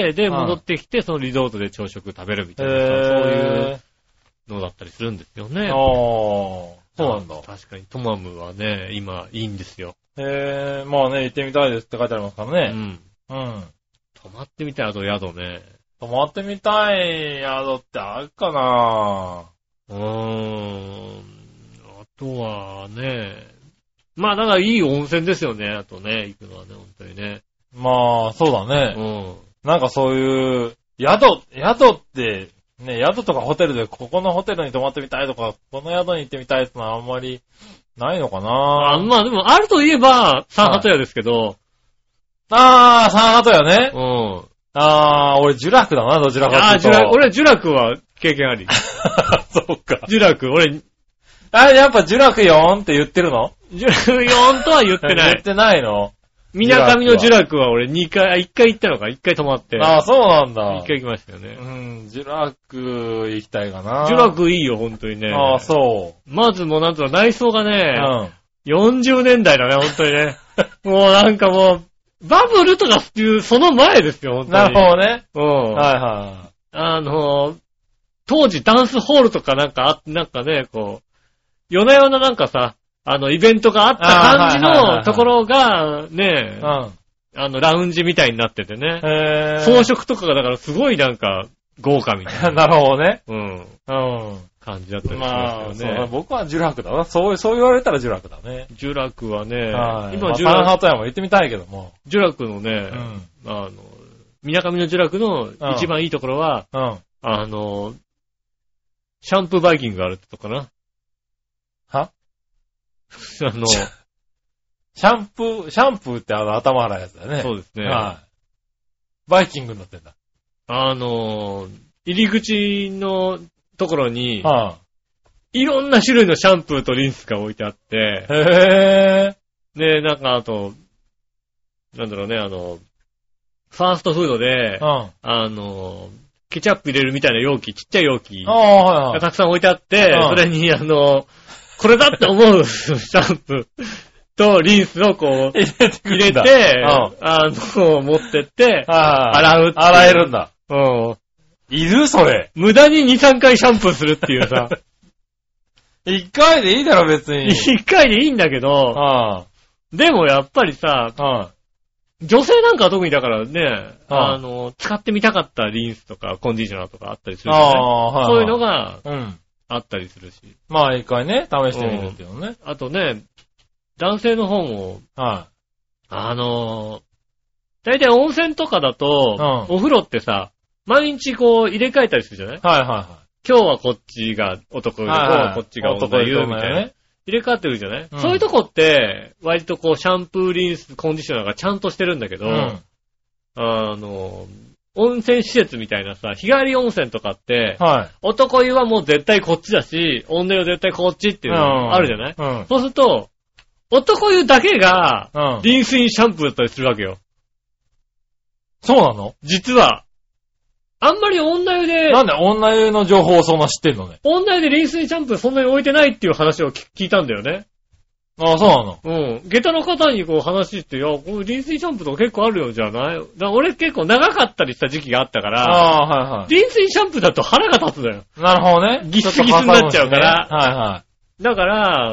で、戻ってきて、そのリゾートで朝食食べるみたいな。そういうのだったりするんですよね。ああ。 そうなんだ。 確かにトマムはね、今いいんですよ。 へえ、まあね、行ってみたいですって書いてありますからね。うん。うん。 泊まってみたい、あと宿ね。 泊まってみたい宿ってあるかな？ うーん。あとはね、まあだからいい温泉ですよね、あとね、行くのはね、本当にね。 まあ、そうだね。 うん。 なんかそういう、宿、宿って、ね、宿とかホテルで、ここのホテルに泊まってみたいとか、この宿に行ってみたいってのはあんまりないのかな。 あ、まあでも、あるといえば、サンハト屋ですけど。 ああ、サンハト屋ね。 うん。 ああ、俺、ジュラクだな、どちらかというと。ああ、 ジュラク、俺、ジュラクは経験あり。 そうか。 ジュラク、俺、 あ、やっぱジュラクよーんって言ってるの？ ジュラクよーんとは言ってない。 言ってないの？ みなかみのジュラクは俺にかい、いっかい行ったのか、いっかい泊まって。 ああ、そうなんだ。 いっかい行きましたよね。 うん、ジュラク行きたいかな。 ジュラクいいよ、ほんとにね。 ああ、そう。 まずもうなんと内装がね、 うん。 よんじゅうねんだいだね、ほんとにね。もうなんかもう、バブルとかっていう、その前ですよ、ほんとに。 なるほどね。 うん。 はいはい。 あの、当時ダンスホールとかなんかあ、なんかね、こう、夜な夜ななんかさ、あの、イベントがあった感じのところが、ね、うん。あの、ラウンジみたいになっててね。へー。装飾とかがだからすごいなんか、豪華みたいな。 なるほどね。 うん。うん。感じだったりしますよね。 まあ、僕はジュラクだな。そう、そう言われたらジュラクだね。 ジュラクはね、 はい、今ジュラク。サンハト屋も行ってみたいけども。 ジュラクのね、うん、あの、みなかみのジュラクの一番いいところは、うん、あの、シャンプーバイキングがあるってとこかな。 はあの、 シャンプー、シャンプーってあの頭洗うやつだよね。 そうですね。 はい。バイキングになってんだ。 あの、入り口のところに、はあ、いろんな種類のシャンプーとリンスが置いてあって、へー。ね、なんかあと、なんだろうね、あの、ファーストフードで、うん、あの、ケチャップ入れるみたいな容器、ちっちゃい容器がたくさん置いてあって、ああ、それにあの、これだって思うシャンプーとリンスをこう、入れて、あの、持ってって、洗うって。 洗えるんだ。 うん。 いるそれ。 無駄にに、さんかいシャンプーするっていうさ。 いっかいでいいだろ別に。 いっかいでいいんだけど、ああ、でもやっぱりさ、ああ、女性なんかは特にだからね、ああの、使ってみたかったリンスとかコンディショナーとかあったりするじゃない、ああ、はいはい、そういうのが、うん、あったりするし。 まあ一回ね、試してみるっていうのね、 うん。あとね、男性の方も、はい、あの、だいたい温泉とかだと、うん、お風呂ってさ、毎日こう入れ替えたりするじゃない？はいはいはい。今日はこっちが男湯で、はいはい、こっちが女湯みたいな。ね、入れ替わってるじゃない、うん、そういうとこって、割とこうシャンプーリンスコンディショナーがちゃんとしてるんだけど、うん、あの、温泉施設みたいなさ、日帰り温泉とかって、はい、男湯はもう絶対こっちだし、女湯は絶対こっちっていうのあるじゃない、うんうん、そうすると、男湯だけが、リンスインシャンプーだったりするわけよ。 そうなの？ 実は。あんまり女湯で、 なんで女湯の情報をそんな知ってんのね。 女湯でリンスインシャンプーそんなに置いてないっていう話を聞いたんだよね。 ああ、そうなの？ うん。下駄の方にこう話して、いや、こうリンスインシャンプーとか結構あるよじゃない？だから俺結構長かったりした時期があったから、ああ、はいはい。リンスインシャンプーだと腹が立つのよ。 なるほどね。 ギスギスになっちゃうから。 ね、はいはい。 だから、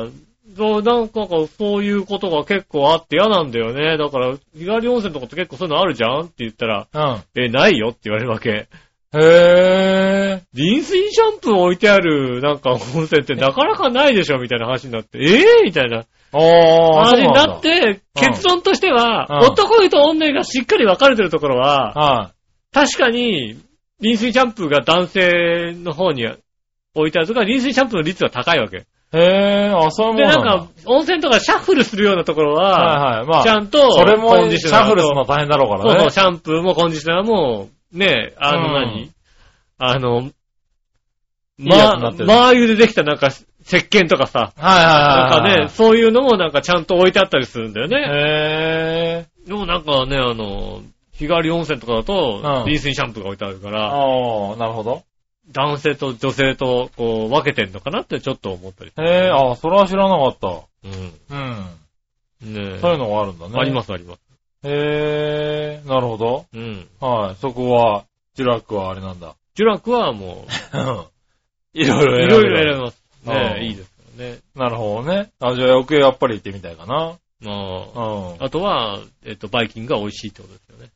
そう、なんかそういうことが結構あって嫌なんだよね。だから、日帰り温泉とかって結構そういうのあるじゃんって言ったら、うん。え、ないよって言われるわけ。へぇー。リンスインシャンプー置いてある、なんか温泉ってなかなかないでしょみたいな話になって、えぇ、ー、みたいな。話になって、結論としては、うん、男湯と女湯がしっかり分かれてるところは、うん、確かに、リンスインシャンプーが男性の方に置いてあるとか、リンスインシャンプーの率は高いわけ。 へぇー、あ、そういうもんなんだ。 で、なんか、温泉とかシャッフルするようなところは、はいはい、まあ、ちゃんと、 それも、シャッフルするの大変だろうからね。 そうそう、シャンプーもコンディショナーも、ね、あの何、うん、あの、ま、マー油でできたなんか、石鹸とかさ、はいはいはい、はい。なんかね、そういうのもなんかちゃんと置いてあったりするんだよね。へー。でもなんかね、あの、日帰り温泉とかだと、リンスインシャンプーが置いてあるから、 ああ、なるほど。 男性と女性とこう分けてんのかなってちょっと思ったり。 へー、あ、それは知らなかった。うん。 うん。ねえ。 そういうのがあるんだね。 ありますあります。 へー、なるほど。うん。はい、そこは、ジュラックはあれなんだ。 ジュラックはもう、 いろいろ選べる。 いろいろ選べます。ねえ、いいですよね。 なるほどね。あ、じゃあ余計やっぱり行ってみたいかな。 ああ。うん。あとは、えっと、バイキングが美味しいってことですよね。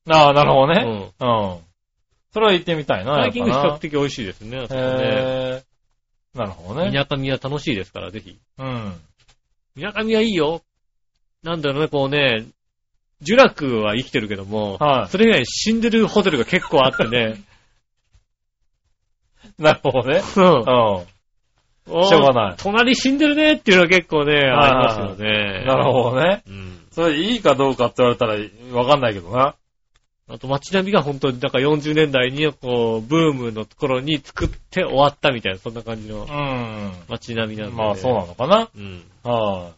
ああ、なるほどね。うん。うん。それは行ってみたいな。 最近比較的美味しいですね。ねへー。なるほどね。 みなかみは楽しいですから、ぜひ。 うん。 みなかみはいいよ。なんだろうね、こうね、呪楽は生きてるけども、はい、それ以外に死んでるホテルが結構あってね。 なるほどね。うん。うん。しょうがない。 隣死んでるねっていうのは結構ね、ありますよね。 なるほどね。うん。それいいかどうかって言われたらわかんないけどな。 あと街並みが本当になんかよんじゅうねんだいにこう、ブームのところに作って終わったみたいな、そんな感じの。うん。街並みなんで、ね。 まあそうなのかな。うん。はい、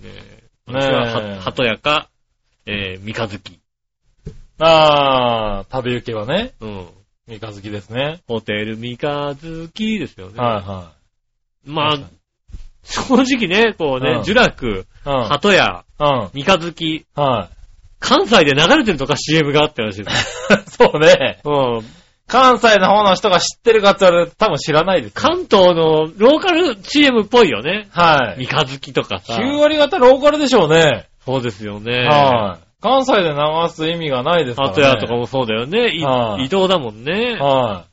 ねえ。ねえ。は、鳩屋か、えー、三日月。 ああ、食べ行けばね。うん。三日月ですね。 ホテル三日月ですよね。 はいはい。 まあ、正直ね、こうね、呪楽、鳩屋、三日月、はい。関西で流れてるとか シーエム があったらしいです。 そうね。うん。関西の方の人が知ってるかって言われると多分知らないです、ね。 関東のローカル シーエム っぽいよね。 はい。 三日月とかさ。 きゅう割方ローカルでしょうね。 そうですよね。 はい。関西で流す意味がないですからね。 鳩屋とかもそうだよね。移動だもんね。はい。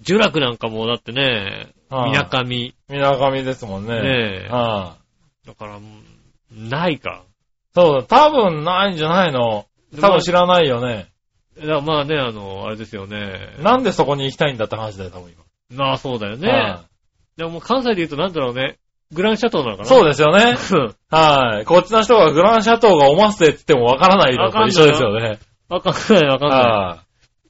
呪楽なんかもだってね、みなかみ。 みなかみですもんね。ねえ。はい。 だから、ないか。 そうだ、多分ないんじゃないの。多分知らないよね。 だからまあね、あの、あれですよね。 なんでそこに行きたいんだって話だよ、多分今。まあそうだよね。はい、でももう関西で言うとなんだろうね。グランシャトーなのかな。 そうですよね。はい。こっちの人がグランシャトーがおますって言ってもわからないのと一緒ですよね。 わかんないわかんない。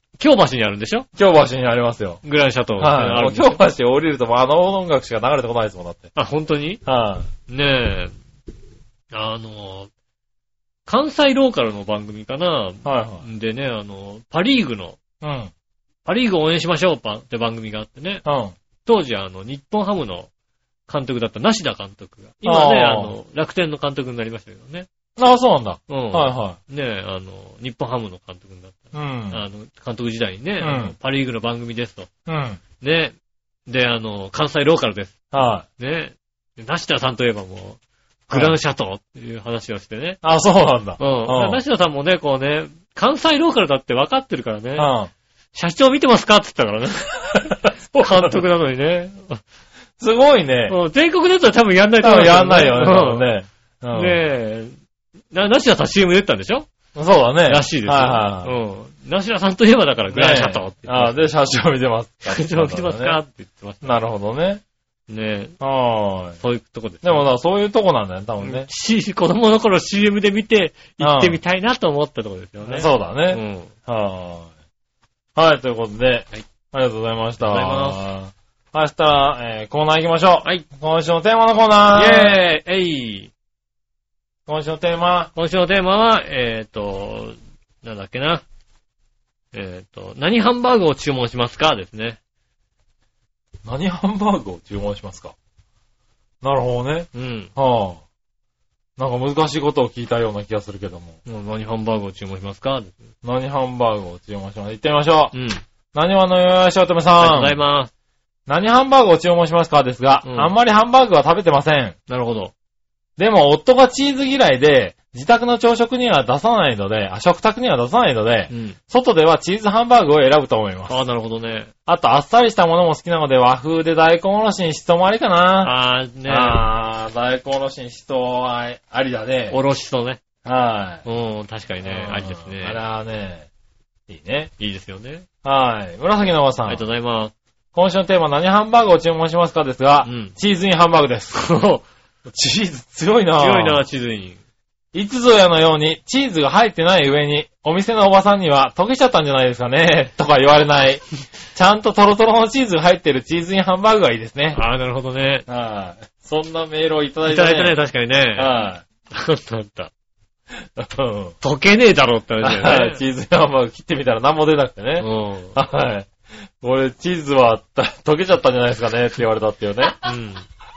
京橋にあるんでしょ？ 京橋にありますよ。 グランシャトー。 はい。京橋降りるともうあの音楽しか流れてこないですもんだって。 あ、本当に？ はい。 ねえ。あの、関西ローカルの番組かな。はいはい。でね、あの、パリーグの。うん。パリーグを応援しましょうパって番組があってね。うん。当時あの、日本ハムの監督だった梨田監督が。今ね、あの、楽天の監督になりましたけどね。 ああ、そうなんだ。 うん。はいはい。ねあの、日本ハムの監督になった。うん。あの、監督時代にね、うん、パリーグの番組ですと。うん。ね。で、あの、関西ローカルです。はい。ね。梨田さんといえばもう、グランシャトーっていう話をしてね。 ああ、そうなんだ。 うん。うん、梨田さんもね、こうね、関西ローカルだって分かってるからね。うん。社長見てますかって言ったからね。監督なのにね。 すごいね。 うん。全国ネットは多分やんないと思う、 ね。やんないよね。多分ね。 うん、ねえ。な、梨田さん シーエム 出たんでしょ？ そうだね。 らしいですよ。はいはい。うん。梨田さんといえばだからグランシャトーって。 ああ、で、社長見てますか。 社長見てますかって言ってました。 なるほどね。 ねえ。はい。そういうとこです、 ね。でもな、そういうとこなんだよね、多分ね。 し、子供の頃 シーエム で見て、行ってみたいなと思ったとこですよね。 そうだね。うん。はーい。はい、ということで、はい、ありがとうございました。ありがとうございます。明日、えー、コーナー行きましょう。はい。今週のテーマのコーナー。 イェーイえい今週のテーマ。 今週のテーマは、えっ、ー、と、なんだっけな。えっ、ー、と、何ハンバーグを注文しますかですね。 何ハンバーグを注文しますか？なるほどね。うん。はあ。なんか難しいことを聞いたような気がするけども。 もう何ハンバーグを注文しますか？ 何ハンバーグを注文しますか？行ってみましょう。うん。何話のよよしおとめさん。 ありがとうございます。 何ハンバーグを注文しますかですが、うん、あんまりハンバーグは食べてません。 なるほど。 でも、夫がチーズ嫌いで、自宅の朝食には出さないので、あ、食卓には出さないので、うん、外ではチーズハンバーグを選ぶと思います。 ああ、なるほどね。 あと、あっさりしたものも好きなので、和風で大根おろしにしそもありかな。 ああ、ねああ、大根おろしにしそありだね。 おろしそね。 はい。 うん、確かにね、ありですね。 あれはね、いいね。 いいですよね。 はい。紫のおばさん。 ありがとうございます。 今週のテーマ、何ハンバーグを注文しますかですが、うん、チーズインハンバーグです。チーズ強いなぁ。 強いなぁ、チーズイン。 いつぞやのように、チーズが入ってない上に、お店のおばさんには、溶けちゃったんじゃないですかね、とか言われない。ちゃんとトロトロのチーズが入ってるチーズインハンバーグがいいですね。 ああ、なるほどね。 はい。そんなメールをいただいたね。 いただいたね、確かにね。 はい。あったあった。溶けねえだろって話だよね。 はい。チーズインハンバーグ切ってみたら何も出なくてね。うん。はい。俺、チーズは溶けちゃったんじゃないですかねって言われたっていうね。うん。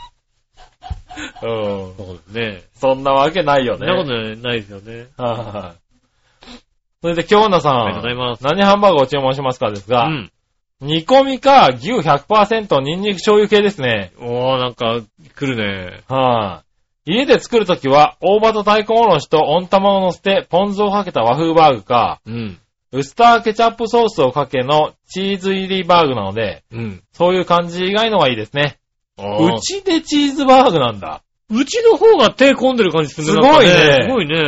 うん。そうですね。そんなわけないよね。 そんなことないですよね。 はい。それで、京女さん。 ありがとうございます。 何ハンバーグを注文しますかですが、うん。煮込みか牛 ひゃくパーセント ニンニク醤油系ですね。 おー、なんか、来るね。 はい。家で作るときは、大葉と大根おろしと温玉を乗せて、ポン酢をかけた和風バーグか、うん。 ウスターケチャップソースをかけのチーズ入りバーグなので、うん、そういう感じがいいのがいいですね。うちでチーズバーグなんだ。 うちの方が手込んでる感じするね。すごいね。 すごいね。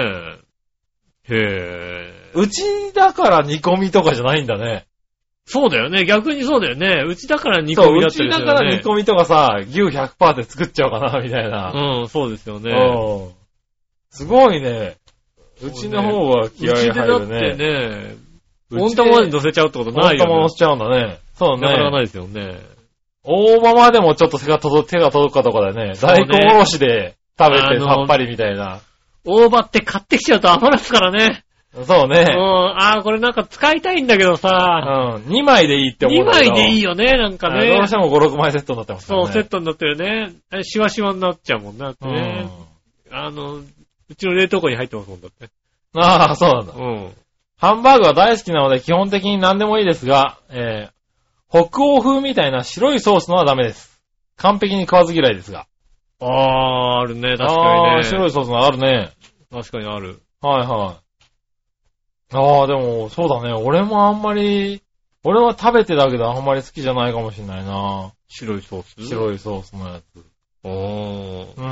へー。 うちだから煮込みとかじゃないんだね。 そうだよね。逆にそうだよね。うちだから煮込みだったりするよね。 そう、うちだから煮込みとかさ、牛 ひゃくパーセント で作っちゃおうかな、みたいな。 うん、そうですよね。 うん。すごいね。うちの方が気合い入るね。 うちでだってね、温玉まで乗せちゃうってことないよね。 温玉乗せちゃうんだね。そうね。 なかなかないですよね。 大葉までもちょっと手が届く、手が届くかとかだよね。大根おろしで食べてさっぱりみたいな。 大葉って買ってきちゃうと余らすからね。 そうね。 うん。ああ、これなんか使いたいんだけどさ。 うん。にまいでいいって思う。 にまいでいいよね、なんかね。 どうしてもご、ろくまいセットになってますからね。 そう、セットになってるね。シワシワになっちゃうもんなってね。うん。あの、うちの冷凍庫に入ってますもんだって。 ああ、そうなんだ。 うん。 ハンバーグは大好きなので基本的に何でもいいですが、えー、北欧風みたいな白いソースのはダメです。完璧に食わず嫌いですが。 ああ、あるね、確かにね。ああ、 白いソースのあるね。 確かにある。 はいはい。ああ、でも、そうだね。俺もあんまり、俺は食べてだけどあんまり好きじゃないかもしれないな。 白いソース？ 白いソースのやつ。 おー。 うん。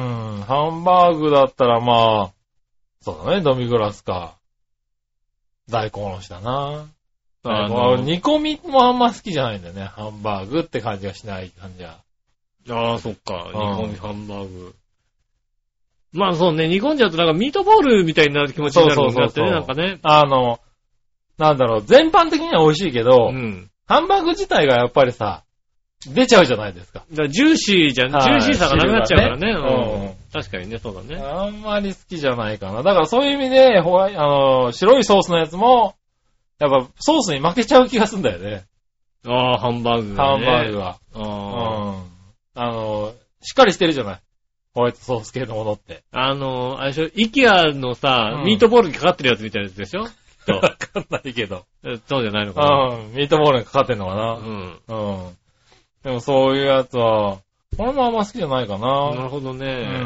ハンバーグだったらまあ、そうだね。ドミグラスか。大根おろしだな。あの、煮込みもあんま好きじゃないんだよね。ハンバーグって感じがしない感じは。 ああ、そっか。煮込みハンバーグ。まあそうね、煮込んじゃうとなんかミートボールみたいになる気持ちになるもんだってね、なんかね。 あの、なんだろう、全般的には美味しいけど、うん、ハンバーグ自体がやっぱりさ、出ちゃうじゃないですか。 だからジューシーじゃん、ジューシーさがなくなっちゃうからね。ねうん、確かにね、そうだね。 あんまり好きじゃないかな。だからそういう意味で、ホワイあの、白いソースのやつも、やっぱソースに負けちゃう気がするんだよね。 ああ、ハンバーグが、 ね。ハンバーグは。あうん。あの、しっかりしてるじゃない。ホワイトソース系のものって。 あの、あれでしょ、イケアのさ、うん、ミートボールにかかってるやつみたいなやつでしょわかんないけど。 そうじゃないのかな。 うん。ミートボールにかかってんのかな。うん。うん。でもそういうやつは、俺もあんま好きじゃないかな。 なるほどね。うん。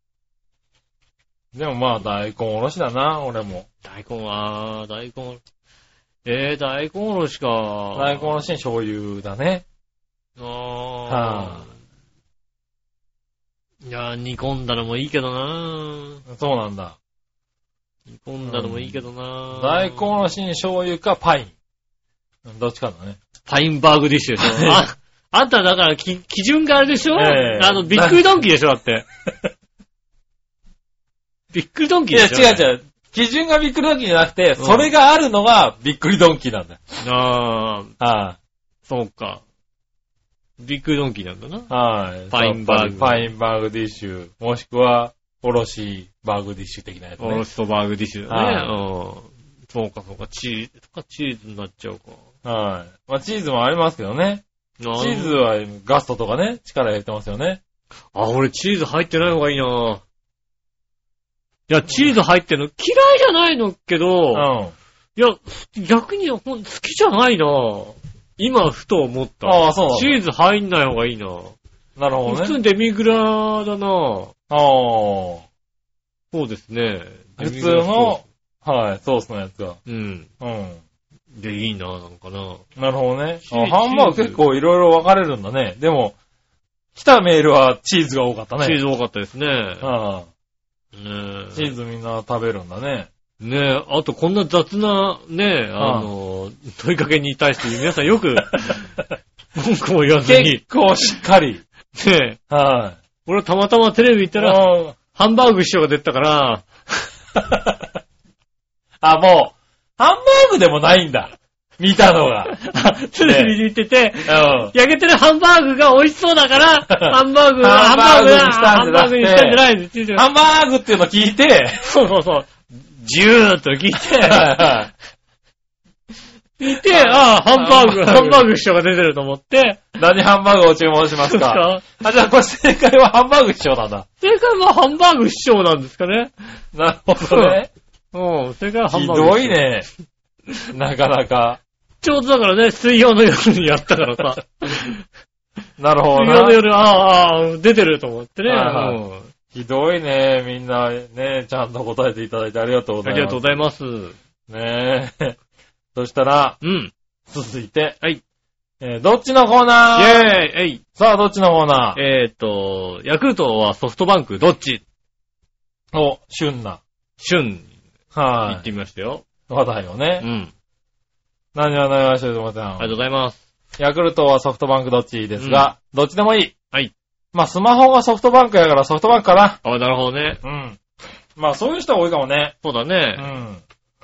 でもまあ大根おろしだな、俺も。 大根は、大根、えー、大根おろしか。 大根おろしに醤油だね。 あー。はぁ。いやー、煮込んだのもいいけどなぁ。 そうなんだ。 煮込んだのもいいけどなぁ、 うん。大根おろしに醤油かパイン。どっちかだね。 パインバーグディッシュでしょ。あ、あんただからき基準があれでしょ、えー、あの、びっくりドンキーでしょだって。びっくりドンキーでしょ。 いや、違う違う。基準がびっくりドンキーじゃなくて、うん、それがあるのがびっくりドンキーなんだよ。 あー。 ああ。 そうか。ビッグドンキーなんだな。 はい。 パインバーグ。 パインバーグディッシュ。もしくは、おろしバーグディッシュ的なやつね。 おろしとバーグディッシュだね。うん。そうかそうか。チーズとかチーズになっちゃうか。 はい。まあチーズもありますけどね。チーズはガストとかね、力入れてますよね。 あ、俺チーズ入ってない方がいいな。いや、チーズ入ってるの嫌いじゃないのけど、うん。いや、逆に好きじゃないな。今、ふと思った。 ああ、そうだ。 チーズ入んない方がいいな。 なるほどね。 普通にデミグラだな。 ああ。 そうですね。 普通の、はい、ソースのやつが。 うん。うん。で、いいな、なんかな。 なるほどね。あ、ハンバーグ結構いろいろ分かれるんだね。でも、来たメールはチーズが多かったね。 チーズ多かったですね。 ああ。 ねチーズみんな食べるんだね。 ねえ、あとこんな雑な、ねえ、あの、問いかけに対して皆さんよく、文句も言わずに。 結構しっかり。 ねえ。 はい。 俺たまたまテレビ行ったら、ハンバーグ師匠が出てたから、 あ、もう、ハンバーグでもないんだ。見たのが。 テレビに行ってて、ね、焼けてるハンバーグが美味しそうだから、ハンバーグ、ハンバーグにしたんじゃなくて、ハンバーグにしたんじゃないんです。 ハンバーグっていうの聞いて、 そうそうそう。ジューっと聞いて、聞いて、ああ、ハンバーグ、ハンバーグ師匠が出てると思って、 何ハンバーグを注文しますか？あ、じゃあこれ正解はハンバーグ師匠なんだ。 正解はハンバーグ師匠なんですかね。 なるほどね。 うん、正解はハンバーグ。 ひどいね。なかなか。 ちょうどだからね、水曜の夜にやったからさ。 なるほどな。 水曜の夜、ああ、ああ、出てると思ってね。うんひどいね。みんなね、ちゃんと答えていただいてありがとうございます。 ありがとうございます。 ねえ。 そしたら、 うん。 続いて、 はい。 えー、どっちのコーナー？ イェーイえい。 さあ、どっちのコーナー？ えーっと、ヤクルトはソフトバンクどっち？ お、旬な。 旬。 はい。 言ってみましたよ。 話題をね。 うん。 何を悩ましてると思ってたの？ ありがとうございます。 ヤクルトはソフトバンクどっちですが、うん、どっちでもいい。 はい。 まあ、スマホがソフトバンクやからソフトバンクかな。 あ、なるほどね。 うん。まあ、そういう人は多いかもね。 そうだね。うん。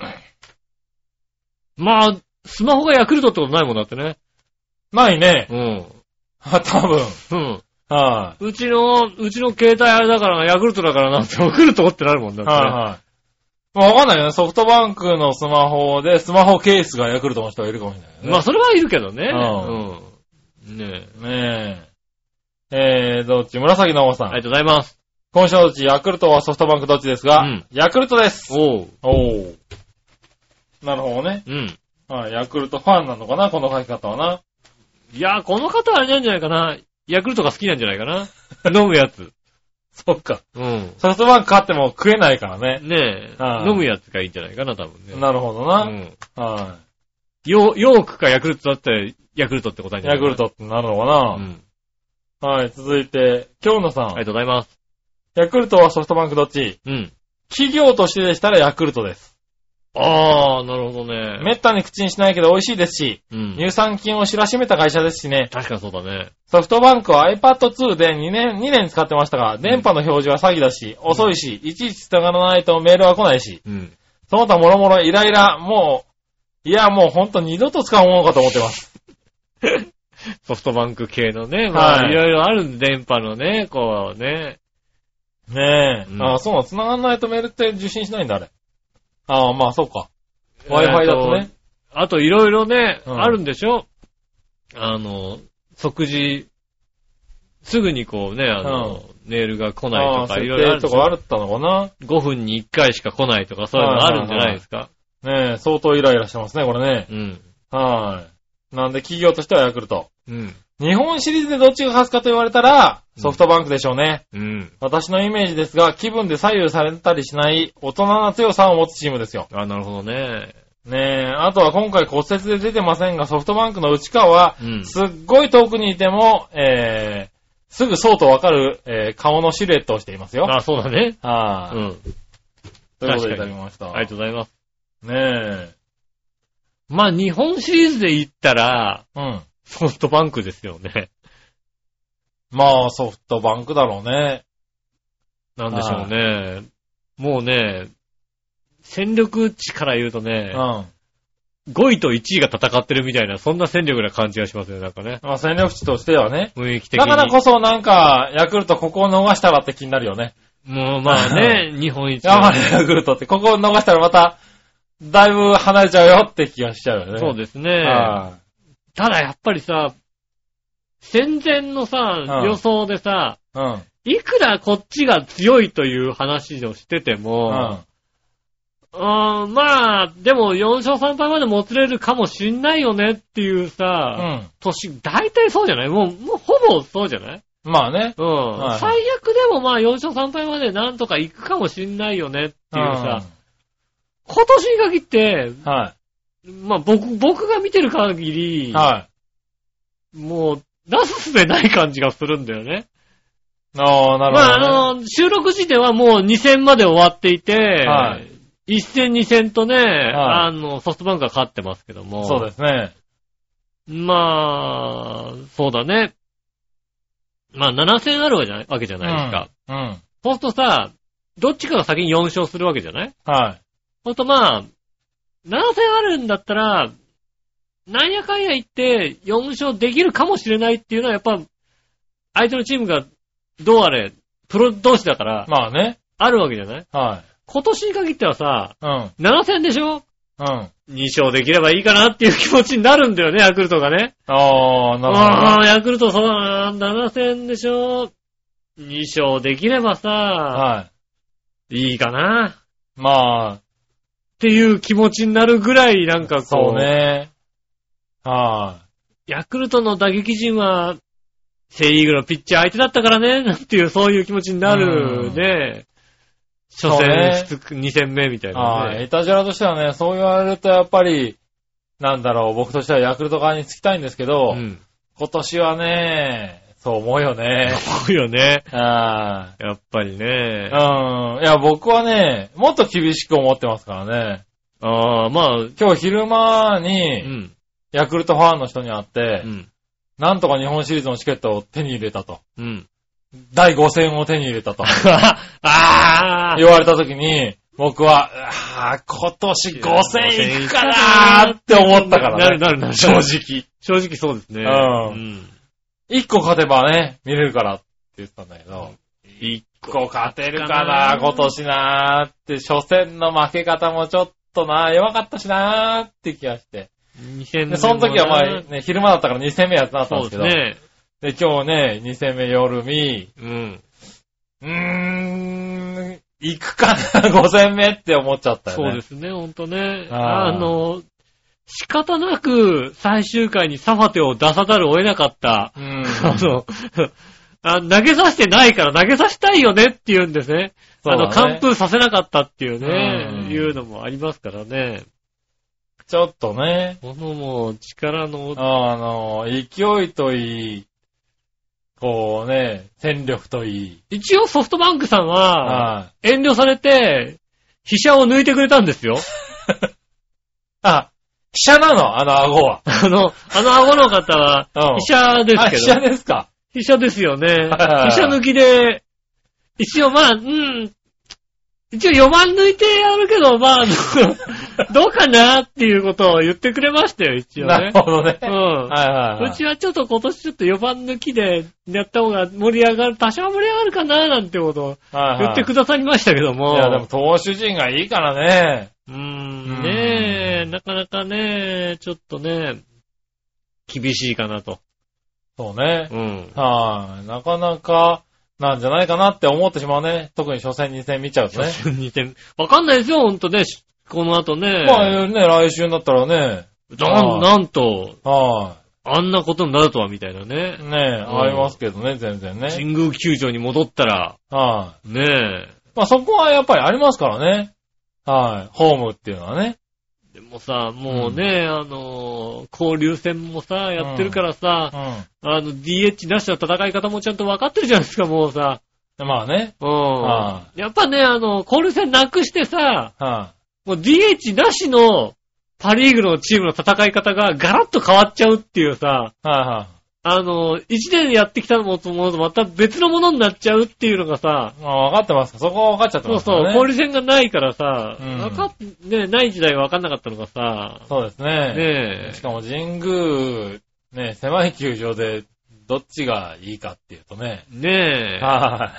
まあ、スマホがヤクルトってことないもんだってね。 ないね。 うん。 多分。 うん。 はい、 うちの、うちの携帯あれだからヤクルトだからなってヤクルトってなるもんだって、ね。はいはい。 まあ、わかんないよね。ソフトバンクのスマホで、スマホケースがヤクルトの人がいるかもしれないよね。 まあ、それはいるけどね。 うん。うん。ねえ。ねえ。えー、どっち紫のおばさん。 ありがとうございます。 今週のどっち、ヤクルトはソフトバンクどっちですが、うん、ヤクルトです。 おう。 おう。なるほどね。 うん。 はい、ヤクルトファンなのかな、この書き方はな。 いや、この方はあれなんじゃないかな。ヤクルトが好きなんじゃないかな。飲むやつ。 そっか。 うん。 ソフトバンク買っても食えないからね。 ねえ。飲むやつがいいんじゃないかな、多分ね。 なるほどな。 うん。 はい。 ヨークかヤクルトだったらヤクルトって答えじゃないかな。 ヤクルトってなるのかな。うん。はい、続いて、京野さん。ありがとうございます。 ヤクルトはソフトバンクどっち？ うん。 企業としてでしたらヤクルトです。 あー、なるほどね。 めったに口にしないけど美味しいですし、うん、乳酸菌を知らしめた会社ですしね。 確かにそうだね。 ソフトバンクは アイパッドツー でにねん、にねん使ってましたが、電波の表示は詐欺だし、うん、遅いし、いちいち繋がらないとメールは来ないし、うん、その他もろもろイライラ、もう、いやもうほんと二度と使うものかと思ってます。 ソフトバンク系のね、まあ、はい、いろいろあるんで、電波のね、こうね。 ねえ。うん、ああ、そうなの、繋がらないとメールって受信しないんだ、あれ。ああ、まあ、そうか。Wi-Fi だとね。 あと、いろいろね、うん、あるんでしょ？あの、即時、すぐにこうね、あの、うん、メールが来ないとか、いろいろあるとこあったのかな？ ご 分にいっかいしか来ないとか、そういうのあるんじゃないですか。 はいはいはい、ねえ、相当イライラしてますね、これね。 うん。 はい。なんで、企業としてはヤクルト。 うん。 日本シリーズでどっちが勝つかと言われたら、ソフトバンクでしょうね。 うん。 私のイメージですが、気分で左右されたりしない大人な強さを持つチームですよ。 あ、なるほどね。 ねえ、あとは今回骨折で出てませんが、ソフトバンクの内川は、うん、すっごい遠くにいても、えー、すぐそうとわかる、えー、顔のシルエットをしていますよ。 あ、そうだね。 はい、あ。うん。ということでいただきました。 ありがとうございます。 ねえ。 まあ、日本シリーズで言ったら、 うん。 ソフトバンクですよね。 まあ、ソフトバンクだろうね。 なんでしょうね。もうね、戦力値から言うとね、うん、ごいといちいが戦ってるみたいな、そんな戦力な感じがしますよ、なんかね。 まあ、戦力値としてはね。 雰囲気的に。 だからこそなんか、ヤクルトここを逃したらって気になるよね。 もうまあね、日本一。 やばい、ヤクルトって、ここを逃したらまた、だいぶ離れちゃうよって気がしちゃうよね。 そうですね。ただやっぱりさ、戦前のさ、うん、予想でさ、うん、いくらこっちが強いという話をしてても、うん、うーんまあ、でもよん勝さん敗までもつれるかもしんないよねっていうさ、うん、年、大体そうじゃない？もう、もうほぼそうじゃない？ まあね。 うん。はい、最悪でもまあよん勝さん敗までなんとか行くかもしんないよねっていうさ、今年に限って、 はい。 まあ僕、僕が見てる限り、 はい。 もう、なすすべない感じがするんだよね。 ああ、なるほど、ね。 まあ、あの、収録時点はもうに戦まで終わっていて、はい。いち戦に戦とね、はい、あの、ソフトバンクが勝ってますけども。 そうですね。 まあ、そうだね。まあ、なな戦あるわけじゃない、わけじゃないですか。 うん。うん。 そうするとさ、どっちかが先によん勝するわけじゃない？ はい。 ほんとまあ、なな戦あるんだったら、なんやかんや言ってよん勝できるかもしれないっていうのはやっぱ、相手のチームがどうあれ、プロ同士だから、 まあね。 あるわけじゃない？ はい。 今年に限ってはさ、 うん。 なな戦でしょ？ うん。 に勝できればいいかなっていう気持ちになるんだよね、ヤクルトがね。 ああ、なるほど。 ああ、ヤクルトそうだな、なな戦でしょ？に勝できればさ、 はい。 いいかな。 まあ。 っていう気持ちになるぐらいなんかこう。 そうね。はい。 ヤクルトの打撃陣は、セリーグのピッチャー相手だったからね、なんていうそういう気持ちになるね。初戦、ね、に戦目みたいな、ね。 ああ、エタジャラとしてはね、そう言われるとやっぱり、 なんだろう、僕としてはヤクルト側につきたいんですけど、うん、今年はね、そう思うよね。 思うよね。 あやっぱりね。 うん。いや、僕はね、もっと厳しく思ってますからね。 ああ、まあ。 今日昼間に、うん、ヤクルトファンの人に会って、うん、なんとか日本シリーズのチケットを手に入れたと。うん、だいご戦を手に入れたと。ああ言われたときに、僕は、ああ、今年ご戦いくかなーって思ったからね。 なるなるなる。 正直。 正直そうですね。 うん。うん一個勝てばね、見れるからって言ってたんだけど、一個勝てるかな、今年なーって、初戦の負け方もちょっとな、弱かったしなーって気がして。 に戦目で、その時はまあね、昼間だったからに戦目やってなったんですけど、そうですね。で、今日ね、に戦目夜見、うん。うーん、行くかな、ご戦目って思っちゃったよね。 そうですね、ほんとね。あ, あの、仕方なく最終回にサファテを出さざるを得なかった。うん、あのあ、投げさせてないから投げさせたいよねって言うんですね。あの、完封させなかったっていうね、うん、いうのもありますからね。 ちょっとね。 このもう力の、 あの、勢いといい、こうね、戦力といい。 一応ソフトバンクさんは、遠慮されて、飛車を抜いてくれたんですよ。 あ、飛車なのあの顎は。 あの、あの顎の方は、飛車ですけど。あ、飛車ですか。 飛車ですよね。飛車抜きで、一応まあ、うん、一応よばん抜いてやるけど、まあ、どうかなっていうことを言ってくれましたよ、一応ね。 なるほどね。 うん。はいはいはい、うちはちょっと今年ちょっとよばん抜きでやった方が盛り上がる、多少盛り上がるかななんてことを言ってくださりましたけども。 はいはい、いや、でも投手陣がいいからね。 うーん、ねえ、なかなかね、ちょっとね、厳しいかなと。 そうね。うん。はい、なかなか、なんじゃないかなって思ってしまうね。特に初戦に戦見ちゃうとね。 初戦に戦。わかんないですよ、ほんとね。この後ね。 まあね、来週になったらね。 なん、なんと。 はい。 あんなことになるとはみたいなね。 ねえ、うん、ありますけどね、全然ね。 神宮球場に戻ったら。 はい。 ねえ。 まあそこはやっぱりありますからね。はい。ホームっていうのはね。 でもさ、もうね、うん、あのー、交流戦もさ、やってるからさ、うんうん、あの、ディーエイチ なしの戦い方もちゃんと分かってるじゃないですか、もうさ。 まあね。 うん。はあ、やっぱね、あの、交流戦なくしてさ、はあ、もう ディーエイチ なしのパリーグのチームの戦い方がガラッと変わっちゃうっていうさ、はあはあ、あの、一年やってきたのもと思うとまた別のものになっちゃうっていうのがさ。 ああ、分かってますか。そこは分かっちゃってますからね。 そうそう、交流戦がないからさ、うん、分かっ、ね、ない時代は分かんなかったのがさ。 そうですね。 ねえ。 しかも神宮、ね、狭い球場でどっちがいいかっていうとね。 ねえ。 はい。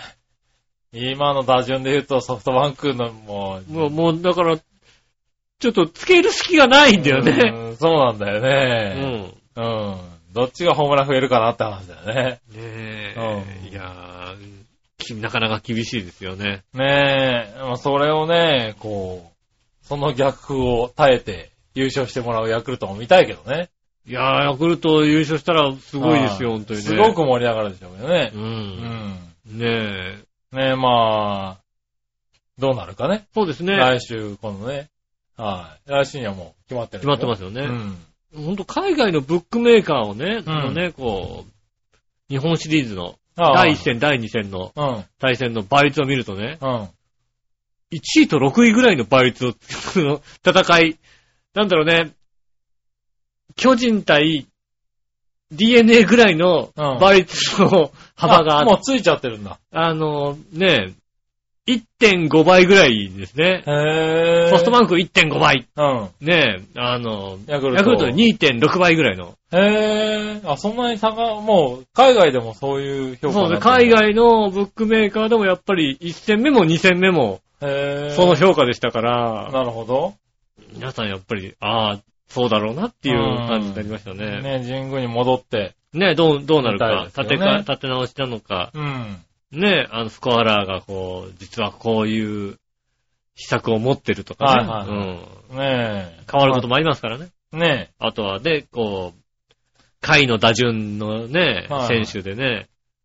今の打順で言うとソフトバンクのもう。もう、もうだから、ちょっとつける隙がないんだよね。 うん、そうなんだよね。うん。うん。どっちがホームラン増えるかなって話だよね。 ねえ。うん、いやー、なかなか厳しいですよね。 ねえ。それをね、こう、その逆風を耐えて優勝してもらうヤクルトも見たいけどね。 いやー、ヤクルト優勝したらすごいですよ、本当にね。 すごく盛り上がるでしょうけどね。 うん。うん。ねえ。ねえ、まあ、どうなるかね。 そうですね。 来週、今度ね。はい。来週にはもう決まってる。 決まってますよね。うん。ほんと海外のブックメーカーをね、うん、のね、こう、日本シリーズのだいいっ戦、だいに戦の対戦の倍率を見るとね、うん、いちいとろくいぐらいの倍率を、戦い、なんだろうね、巨人対 ディーエヌエー ぐらいの倍率の幅があって、 もうついちゃってるんだ。 あの、ね、いってんご 倍ぐらいですね。 へー。 ソフトバンク いってんご 倍。 うん。 ねえ、あの、 ヤクルト。 ヤクルト にてんろく 倍ぐらいの。 へー。あ、そんなに差が、もう、海外でもそういう評価そうです。海外のブックメーカーでもやっぱりいち戦目もに戦目も、へー。その評価でしたから。 なるほど。 皆さんやっぱり、ああ、そうだろうなっていう感じになりましたね。 ね、神宮に戻って。 ね、どう、どうなるか。ね、立てか、立て直しなのか。 うん。 ね、あの、スコアラーがこう、実はこういう施策を持ってるとかね。はいはい、うん。 ねえ。 変わることもありますからね。 ねえ。 あとはね、こう、下位の打順のね、はいはい、選手でね、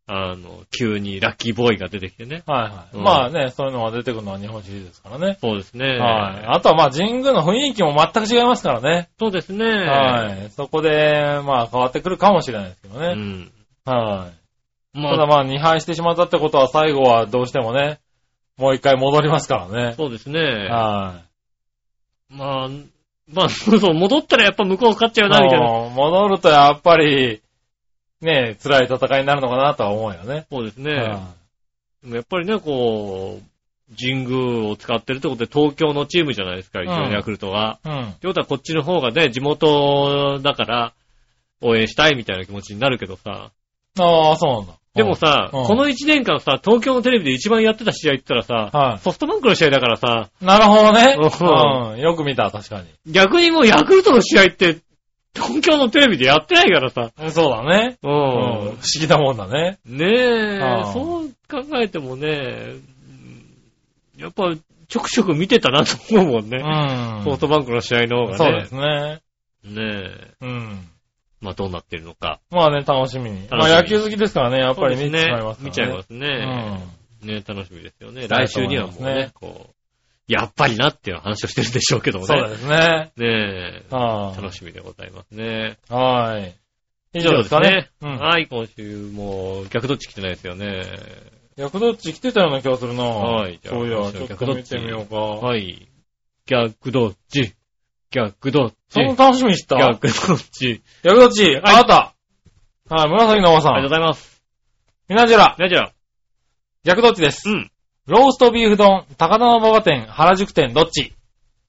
あの、急にラッキーボーイが出てきてね。 はいはい。うん、まあね、そういうのが出てくるのは日本シリーズですからね。 そうですね。 はい。あとはまあ神宮の雰囲気も全く違いますからね。 そうですね。 はい。そこで、まあ変わってくるかもしれないですけどね。うん。はい。まあ、ただまあにはいしてしまったってことは最後はどうしてもね、もう一回戻りますからね。 そうですね。 はい。 まあ、まあ、そうそう、戻ったらやっぱ向こう勝っちゃうな、みたいな。 戻るとやっぱり、ねえ、辛い戦いになるのかなとは思うよね。 そうですね。でもやっぱりね、こう、神宮を使ってるってことで東京のチームじゃないですか、一応ヤクルトが。うん。ってことはこっちの方がね、地元だから応援したいみたいな気持ちになるけどさ。 ああ、そうなんだ。 でもさ、うん、この一年間さ、東京のテレビで一番やってた試合って言ったらさ、はい、ソフトバンクの試合だからさ。 なるほどね。うん。よく見た、確かに。 逆にもうヤクルトの試合って、東京のテレビでやってないからさ。 そうだね。うん。不思議なもんだね。 ねえ、そう考えてもね、やっぱちょくちょく見てたなと思うもんね。うん。ソフトバンクの試合の方がね。 そうですね。 ねえ。うん。まあどうなってるのか。 まあね、楽しみに。まあ野球好きですからね、やっぱり見ちゃいますね。 見ちゃいますね。うん。ね楽しみですよね。来週にはもうね、こう。やっぱりなっていう話をしてるでしょうけどもね。 そうですね。 ねえ。楽しみでございますね。 はい。以上ですかね。 うん、はい、今週も逆どっち来てないですよね。 逆どっち来てたような気がするな。 はい。 そういや、ちょっと見てみようか。 はい。逆どっち。逆どっち。 そんな楽しみにした逆どっち。 逆どっち。あなた。はい、紫のおばさん。 ありがとうございます。 みなじら。 みなじら。 逆どっちです。 うん。 ローストビーフ丼、高田馬場店、原宿店、どっち？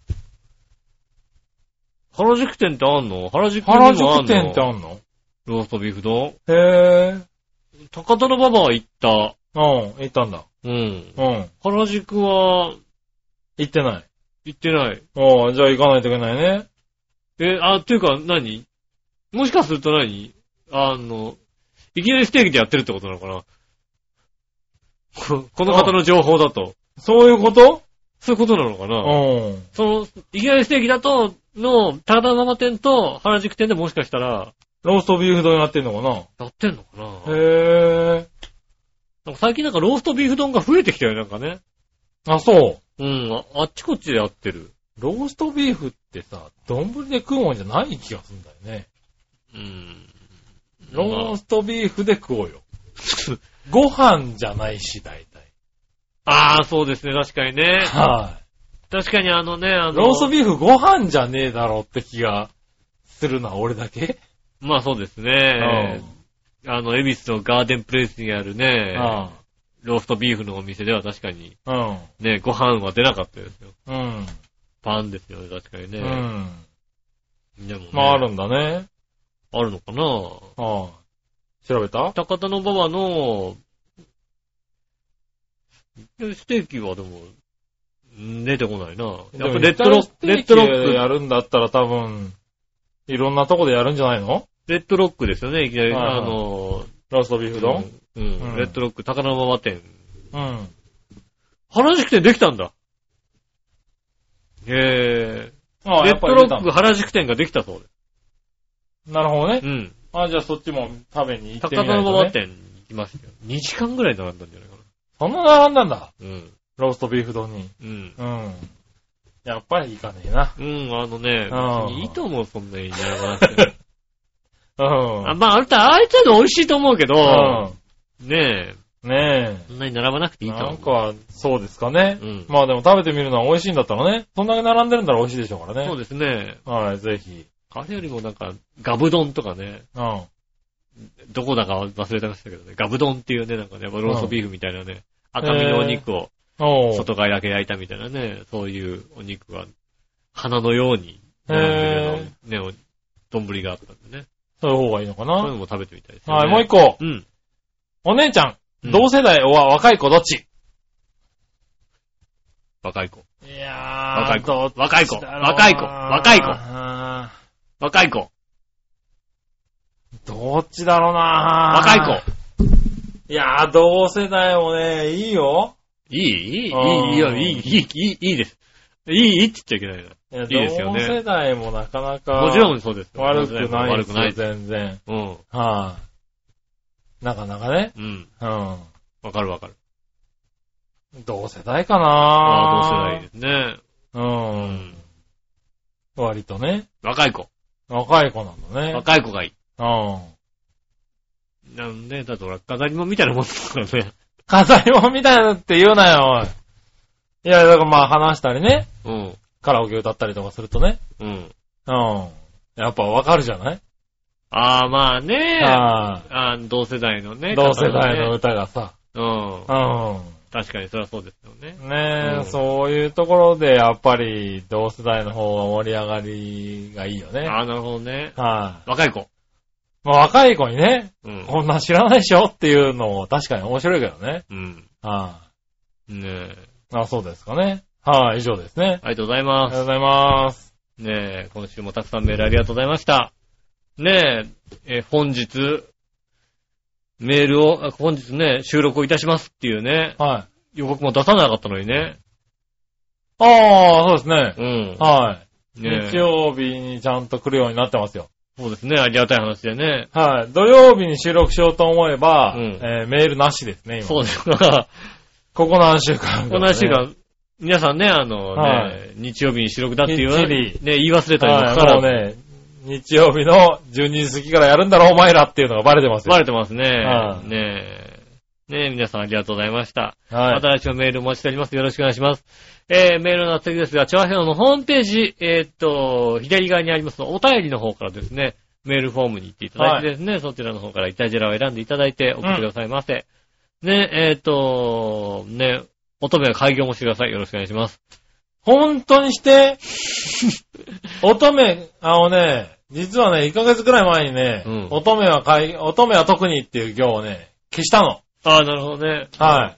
原宿店ってあんの？原宿店原宿店ってあんの？ ローストビーフ丼？ へぇー。 高田馬場は行った。 うん、行ったんだ。 うん。うん。原宿は、 行ってない。 行ってない。 ああ、じゃあ行かないといけないね。 え、あ、っていうか何？もしかすると何？あの、いきなりステーキでやってるってことなのかな？この方の情報だと。 そういうこと？ そういうことなのかな？ うん。 その、いきなりステーキだと、の、高田馬場店と原宿店でもしかしたら、 ローストビーフ丼やってんのかな？ やってんのかな？ へぇー。 なんか最近なんかローストビーフ丼が増えてきたよ、なんかね。 あ、そう。 うん、あ、あっちこっちでやってる。 ローストビーフってさ、丼で食うもんじゃない気がするんだよね。 うん。 ローストビーフで食おうよ。ご飯じゃないし、大体。 ああ、そうですね、確かにね。 はい、 確かにあのね、あの。 ローストビーフご飯じゃねえだろって気がするのは俺だけ？ まあそうですね。うん、あの、恵比寿のガーデンプレイスにあるね、うん、ローストビーフのお店では確かに、うん、ね、ご飯は出なかったですよ。うん。パンですよね、確かにね。うん。でもね。 まああるんだね。 あるのかな？ ああ。調べた？ 高田馬場の、ステーキはでも、出てこないな。やっぱレッドロック、レッドロックやるんだったら多分、いろんなとこでやるんじゃないの？ レッドロックですよね、いきなり。あの、 ローストビーフ丼？ うん。うん。レッドロック、高田馬場店。 うん。 原宿店できたんだ。へぇー。ああ、レッドロック原宿店ができたそうです。 なるほどね。 うん。 あ、じゃあそっちも食べに行ってみないと、ね。 高田馬場店に行きましたよ。にじかんぐらい並んだんじゃないかな。 そんな並んだんだ。 うん。 ローストビーフ丼に。 うん。 うん。やっぱり行かねえな。 うん、あのね、別にいいと思う、そんなに並ばなくて。 うん。 あ、まあ、あれと、ああいうの美味しいと思うけど、うん、ねえ。ねえ。 そんなに並ばなくていいと思う。 なんか、そうですかね。うん。まあでも食べてみるのは美味しいんだったらね。そんだけ並んでるんだら美味しいでしょうからね。 そうですね。 はい、ぜひ。 あれよりもなんか、ガブ丼とかね。 うん。 どこだか忘れてましたけどね。ガブ丼っていうね、なんかね、ローストビーフみたいなね、うん、赤身のお肉を、外側だけ焼いたみたいなね、そういうお肉が、花のように、ね、丼があったんでね。 そういう方がいいのかな？ そういうのも食べてみたいですね。 はい、もう一個。 うん。 お姉ちゃん、うん、同世代は若い子どっち？ 若い子。 いやー、 若い子。若い子。若い子。若い子。若い子。 どっちだろうなー。若い子。いやー、同世代もね、いいよ。 いいいいいいいよ、いい、いい、いい、いいです。いいって言っちゃいけないな。 いや、いいですよね。同世代もなかなか。 もちろんそうです。 悪くないですよ。悪くない。全然。 うん。 はい、 なかなかね。 うん。 うん。 わかるわかる。 同世代かなああ、同世代ですね。 うん。うん、割とね。 若い子。 若い子なんだね。 若い子がいい。 うん。 なんで、だって俺、飾り物みたいなもんですからね。 飾り物みたいなって言うなよ、おい。いや、だからまあ話したりね。 うん。 カラオケ歌ったりとかするとね。 うん。 うん。やっぱわかるじゃない？ ああ、まあね。 ああ。同世代のね。 同世代の歌がさ。 うん。 うん。 確かにそれはそうですよね。 ねえ、うん、そういうところでやっぱり同世代の方が盛り上がりがいいよね。 ああ、なるほどね。 はい、 若い子。 まあ若い子にね、 うん、 こんなん知らないでしょっていうのも確かに面白いけどね。 うん。 はい、 ねえ。 あ、そうですかね。はい、以上ですね。 ありがとうございます。 ありがとうございます。 ねえ、今週もたくさんメールありがとうございました。ねえ、え本日、メールを、本日ね、収録をいたしますっていうね。 はい。 予告も出さなかったのにね。 ああ、そうですね。 うん。 はい。 ね、 日曜日にちゃんと来るようになってますよ。 そうですね、ありがたい話でね。 はい。土曜日に収録しようと思えば、 うん、 えー、メールなしですね、今。 そうです。 ここ何週間、ね。 ここ何週間、皆さんね、あのね、はい、日曜日に収録だっていうね、言い忘れたりもから、はい、もうね、日曜日のじゅうにじ過ぎからやるんだろ、お前らっていうのがバレてますよ。 バレてますね。 はい、 ねえ。ねえ、皆さんありがとうございました。 はい。 また来週メールお待ちしております。よろしくお願いします。えー、メールの次ですが、チョアヘオのホームページ、えー、っと、左側にありますお便りの方からですね、メールフォームに行っていただいてですね、はい、そちらの方からイタジェラを選んでいただいて送ってくださいませ。うん、ねえ、えー、っと、ね、乙女は開業もしてください。よろしくお願いします。 本当にして乙女、あのね、実はね、いっかげつくらい前にね、うん、乙女は開、乙女は特にっていう行をね、消したの。 ああ、なるほどね。 はい。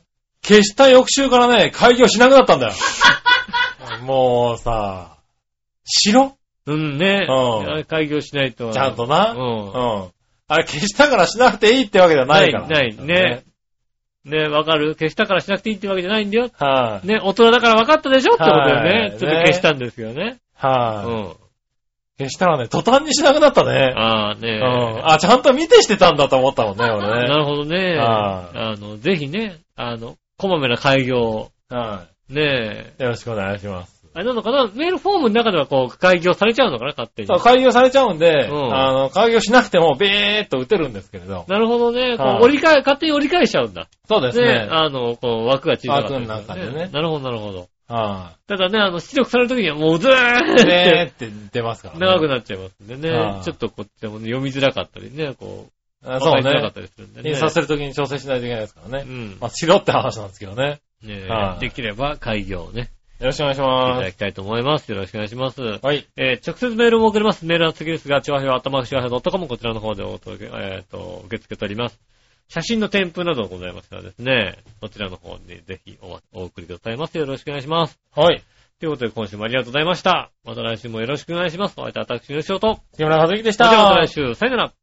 消した翌週からね、開業しなくなったんだよ。もうさ、しろ？ うんね。 うん。 開業しないと。 ちゃんとな。 うん。 うん。あれ消したからしなくていいってわけじゃないから。 ない、ない、ね。ね、わかる？消したからしなくていいってわけじゃないんだよ。 はい、 ね、大人だから分かったでしょってことだよね。ちょっと消したんですよね。 はい、 うん。 消したらね、途端にしなくなったね。 ああね、 うん。あ、ちゃんと見てしてたんだと思ったもんね、俺ね。 なるほどね。 ああの、ぜひね、あの、こまめな開業を。 はい。 ねえ。 よろしくお願いします。 あれなのかな？メールフォームの中ではこう、開業されちゃうのかな？勝手に。 そう、開業されちゃうんで、 うん、 あの、開業しなくてもビーっと打てるんですけれど。 なるほどね。こう、折り返、勝手に折り返しちゃうんだ。 そうですね。 ね、あの、こう、枠が小さかった、 ね。枠の中でね。 なるほど、なるほど。 はい、 ただね、あの、出力されるときにはもうずーって。 ねーって出ますからね。 長くなっちゃいますんでね。ちょっとこっちでも、ね、読みづらかったりね、こう。 あ、そうね。 わかりづらかったりするんでね。 印刷するときに調整しないといけないですからね。 うん。 まあ、しろって話なんですけどね。 ねえ、できれば開業をね。 よろしくお願いします。 いただきたいと思います。よろしくお願いします。 はい。 えー、直接メールも送れます。メールは次ですが、チョアヘオアットマークチョアヘオ .com こちらの方でお届け、えっ、ー、と、受け付けております。写真の添付などございますからですね、こちらの方にぜひ お, お送りくださいませ。よろしくお願いします。 はい。 ということで今週もありがとうございました。また来週もよろしくお願いします。お相手は私の仕事。 木村和之でした。 また来週、さよなら。